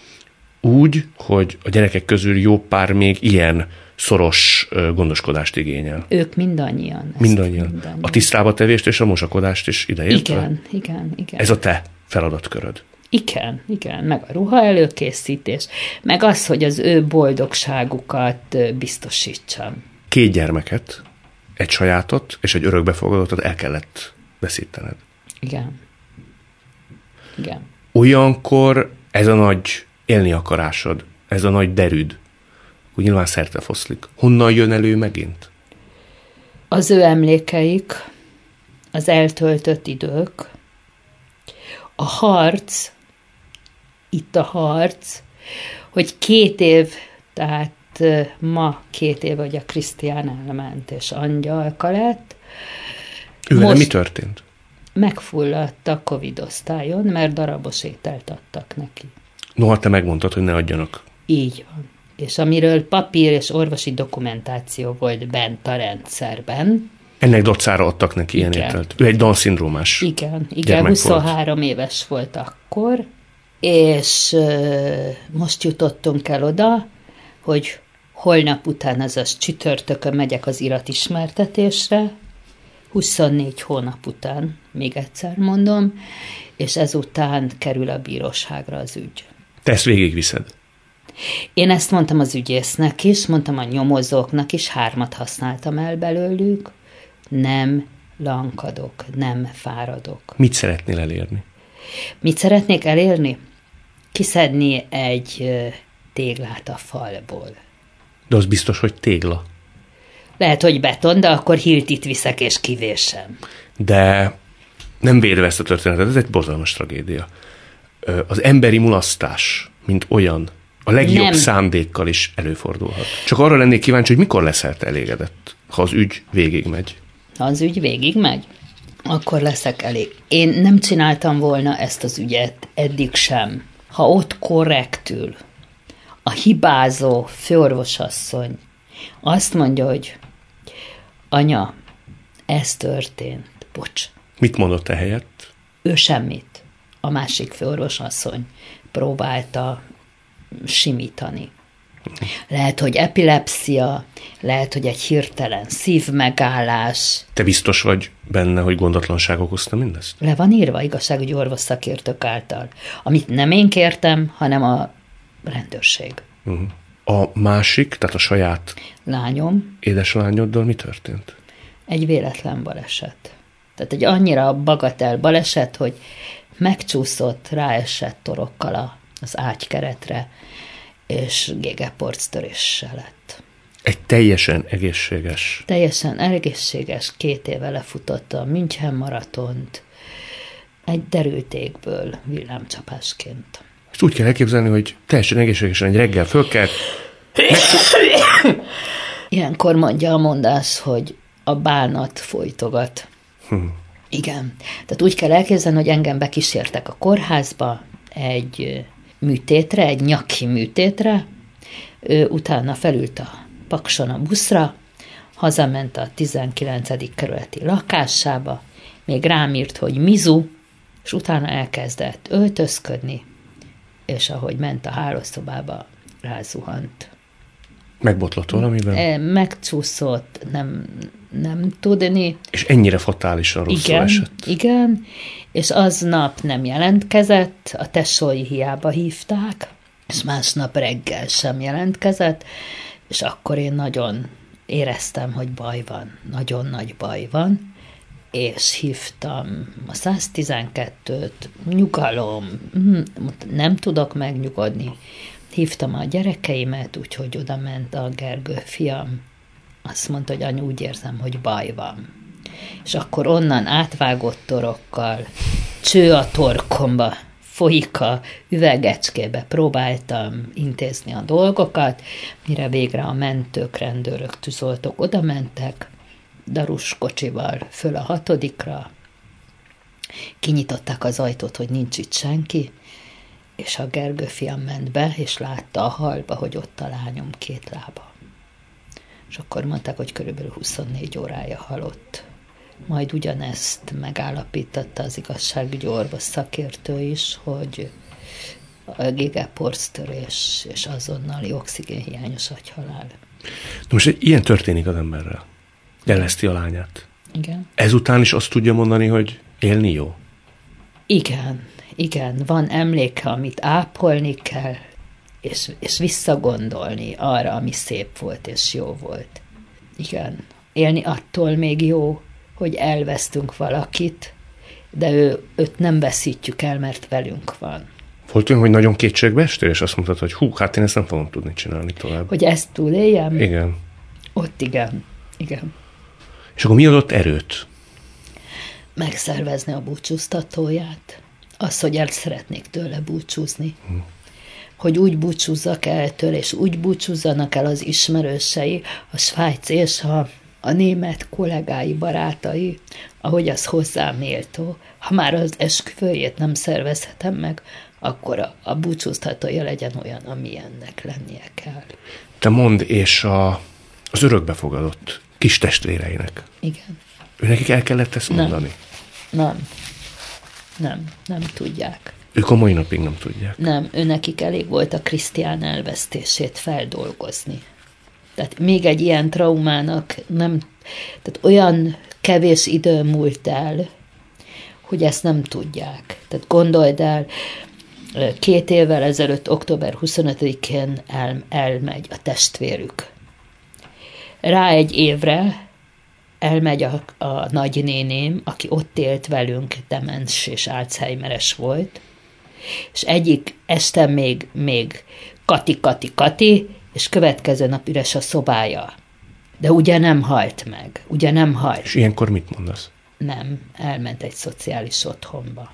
Úgy, hogy a gyerekek közül jó pár még ilyen szoros gondoskodást igényel. Ők mindannyian. Mindannyian. mindannyian. A tisztába tevést és a mosakodást is ideértve? Igen, igen, igen. Ez a te feladatköröd. Igen, igen, meg a ruha előkészítés, meg az, hogy az ő boldogságukat biztosítsam. Két gyermeket egy sajátot és egy örökbefogadottat el kellett veszítened. Igen. Igen. Olyankor ez a nagy élni akarásod, ez a nagy derűd, úgy nyilván szerte foszlik. Honnan jön elő megint? Az ő emlékeik, az eltöltött idők, a harc, itt a harc, hogy két év, tehát ma két év, hogy a Krisztián elment, és angyalka lett. Ővele mi történt? Megfulladt a Covid osztályon, mert darabos ételt adtak neki. Noha te megmondtad, hogy ne adjanak. Így van. És amiről papír és orvosi dokumentáció volt bent a rendszerben. Ennek dacára adtak neki ilyen Igen. ételt. Ő egy Down-szindrómás Igen, igen, huszonhárom volt. Éves volt akkor, és uh, most jutottunk el oda, hogy holnap után, azaz csütörtökön megyek az iratismertetésre, huszonnégy hónap után, még egyszer mondom, és ezután kerül a bíróságra az ügy. Te ezt végigviszed? Én ezt mondtam az ügyésznek is, mondtam a nyomozóknak is, hármat használtam el belőlük, nem lankadok, nem fáradok. Mit szeretnél elérni? Mit szeretnék elérni? Kiszedni egy téglát a falból. De az biztos, hogy tégla. Lehet, hogy beton, de akkor hiltit viszek és kivésem. De nem védve ezt a történetet, ez egy borzalmas tragédia. Az emberi mulasztás, mint olyan, a legjobb nem. szándékkal is előfordulhat. Csak arra lennék kíváncsi, hogy mikor leszel te elégedett, ha az ügy végigmegy. Ha az ügy végigmegy, akkor leszek elég. Én nem csináltam volna ezt az ügyet eddig sem. Ha ott korrektül a hibázó főorvosasszony azt mondja, hogy anya, ez történt, bocs. Mit mondott e helyett? Ő semmit. A másik főorvosasszony próbálta simítani. Lehet, hogy epilepszia, lehet, hogy egy hirtelen szívmegállás. Te biztos vagy benne, hogy gondatlanság okozta mindezt? Le van írva igazságügyi orvos szakértők által. Amit nem én kértem, hanem a rendőrség. Uh-huh. A másik, tehát a saját lányom, édeslányoddal mi történt? Egy véletlen baleset. Tehát egy annyira bagatel baleset, hogy megcsúszott, ráesett torokkal a, az ágykeretre, és gégeporctöréssel lett. Egy teljesen egészséges. Teljesen egészséges, két éve lefutotta a München maratont, egy derültékből villámcsapásként. Ezt úgy kell elképzelni, hogy teljesen egészségesen egy reggel fölkelt. Ilyenkor mondja a mondás, hogy a bánat folytogat. Hm. Igen. Tehát úgy kell elképzelni, hogy engem bekísértek a kórházba egy műtétre, egy nyaki műtétre, ő utána felült a Pakson a buszra, hazament a tizenkilencedik kerületi lakásába, még rám írt, hogy mizu, és utána elkezdett öltözködni, és ahogy ment a hálószobába, rázuhant. Megbotlott valamiben? Megcsúszott, nem, nem tudni. És ennyire fatálisan rosszul igen, esett? Igen, és aznap nem jelentkezett, a tesói hiába hívták, és másnap reggel sem jelentkezett, és akkor én nagyon éreztem, hogy baj van, nagyon nagy baj van, és hívtam a száztizenkettőt, nyugalom, nem tudok megnyugodni. Hívtam a gyerekeimet, úgyhogy oda ment a Gergő fiam. Azt mondta, hogy anyu, úgy érzem, hogy baj van. És akkor onnan átvágott torokkal, cső a torkomba, folyik a üvegecskébe, próbáltam intézni a dolgokat, mire végre a mentők, rendőrök, tűzoltók oda mentek, darus kocsival föl a hatodikra, kinyitották az ajtót, hogy nincs itt senki, és a Gergő fiam ment be, és látta a hallba, hogy ott a lányom két lába. És akkor mondták, hogy körülbelül huszonnégy órája halott. Majd ugyanezt megállapította az igazságügyi orvos szakértő is, hogy a gégeporctörés és azonnali oxigénhiányos agyhalál. Most egy ilyen történik az emberrel. Elveszti a lányát. Igen. Ezután is azt tudja mondani, hogy élni jó? Igen, igen. Van emléke, amit ápolni kell, és, és visszagondolni arra, ami szép volt és jó volt. Igen. Élni attól még jó, hogy elvesztünk valakit, de ő, őt nem veszítjük el, mert velünk van. Volt olyan, hogy nagyon kétségbe estél, és azt mondtad, hogy hú, hát én ezt nem fogom tudni csinálni tovább. Hogy ezt túléljem? Igen. Ott igen. Igen. És akkor mi adott erőt? Megszervezni a búcsúztatóját. Az, hogy el szeretnék tőle búcsúzni. Hm. Hogy úgy búcsúzzak el tőle, és úgy búcsúzzanak el az ismerősei, a svájc és a, a német kollégái, barátai, ahogy az hozzám méltó. Ha már az esküvőjét nem szervezhetem meg, akkor a, a búcsúztatója legyen olyan, amilyennek lennie kell. Te mondd, és a, az örökbefogadott kis testvéreinek. Igen. Őnekik el kellett ezt mondani? Nem. Nem. Nem, nem tudják. Ők a mai napig nem tudják. Nem, őnekik elég volt a Krisztián elvesztését feldolgozni. Tehát még egy ilyen traumának nem, tehát olyan kevés idő múlt el, hogy ezt nem tudják. Tehát gondold el, két évvel ezelőtt, október huszonötödikén el, elmegy a testvérük. Rá egy évre elmegy a, a nagynéném, aki ott élt velünk, demens és Alzheimeres volt, és egyik este még, még Kati, Kati, Kati, és következő nap üres a szobája. De ugye nem halt meg, ugye nem halt. És ilyenkor mit mondasz? Nem, elment egy szociális otthonba.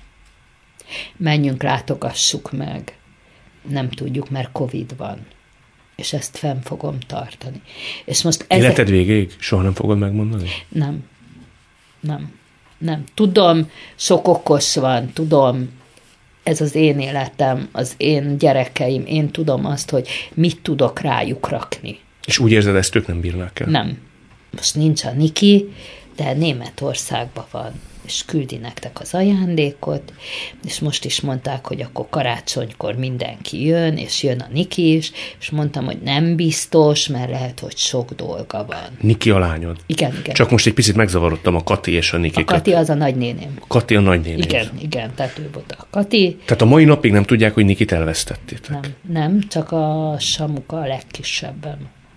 Menjünk, látogassuk meg. Nem tudjuk, mert Covid van. És ezt fenn fogom tartani. És most ezek... Életed végéig soha nem fogod megmondani? Nem. Nem. Nem. Tudom, sok okos van, tudom, ez az én életem, az én gyerekeim, én tudom azt, hogy mit tudok rájuk rakni. És úgy érzed, ezt ők nem bírnák el? Nem. Most nincs a Niki, de Németországban van, és küldi nektek az ajándékot, és most is mondták, hogy akkor karácsonykor mindenki jön, és jön a Niki is, és mondtam, hogy nem biztos, mert lehet, hogy sok dolga van. Niki a lányod? Igen, igen. Csak most egy picit megzavarodtam a Kati és a Niki. A Kati az a nagynéném. Kati a nagynéném. Igen, igen, tehát ő volt a Kati. Tehát a mai napig nem tudják, hogy Nikit elvesztettétek? Nem, nem, csak a Samuka a legkisebbem.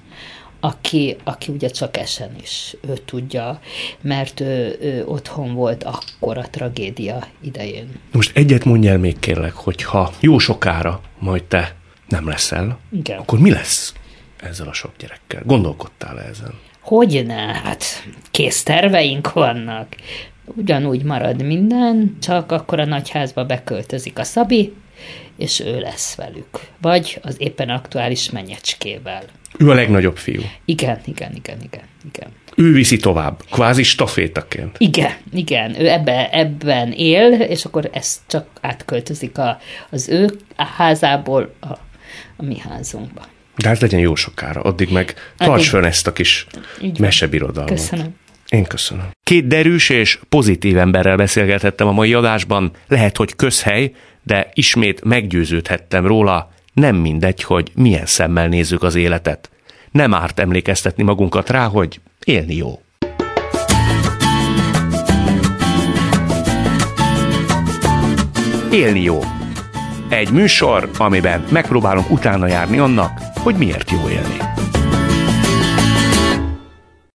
Aki, aki ugye csak esen is, ő tudja, mert ő, ő otthon volt akkor a tragédia idején. Most egyet mondj el még kérlek, hogyha jó sokára majd te nem leszel, igen, akkor mi lesz ezzel a sok gyerekkel? Gondolkodtál ezen? Hogyne, hát kész terveink vannak. Ugyanúgy marad minden, csak akkor a nagyházba beköltözik a Szabi, és ő lesz velük. Vagy az éppen aktuális menyecskével. Ő a legnagyobb fiú. Igen, igen, igen, igen, igen. Ő viszi tovább, kvázi stafétaként. Igen, igen, ő ebbe, ebben él, és akkor ez csak átköltözik a, az ő házából a, a mi házunkba. De ez legyen jó sokára, addig meg tarts fönn ezt a kis mesebirodalmat. Köszönöm. Én köszönöm. Két derűs és pozitív emberrel beszélgethettem a mai adásban, lehet, hogy közhely, de ismét meggyőződhettem róla, nem mindegy, hogy milyen szemmel nézzük az életet. Nem árt emlékeztetni magunkat rá, hogy élni jó. Élni jó. Egy műsor, amiben megpróbálunk utána járni annak, hogy miért jó élni.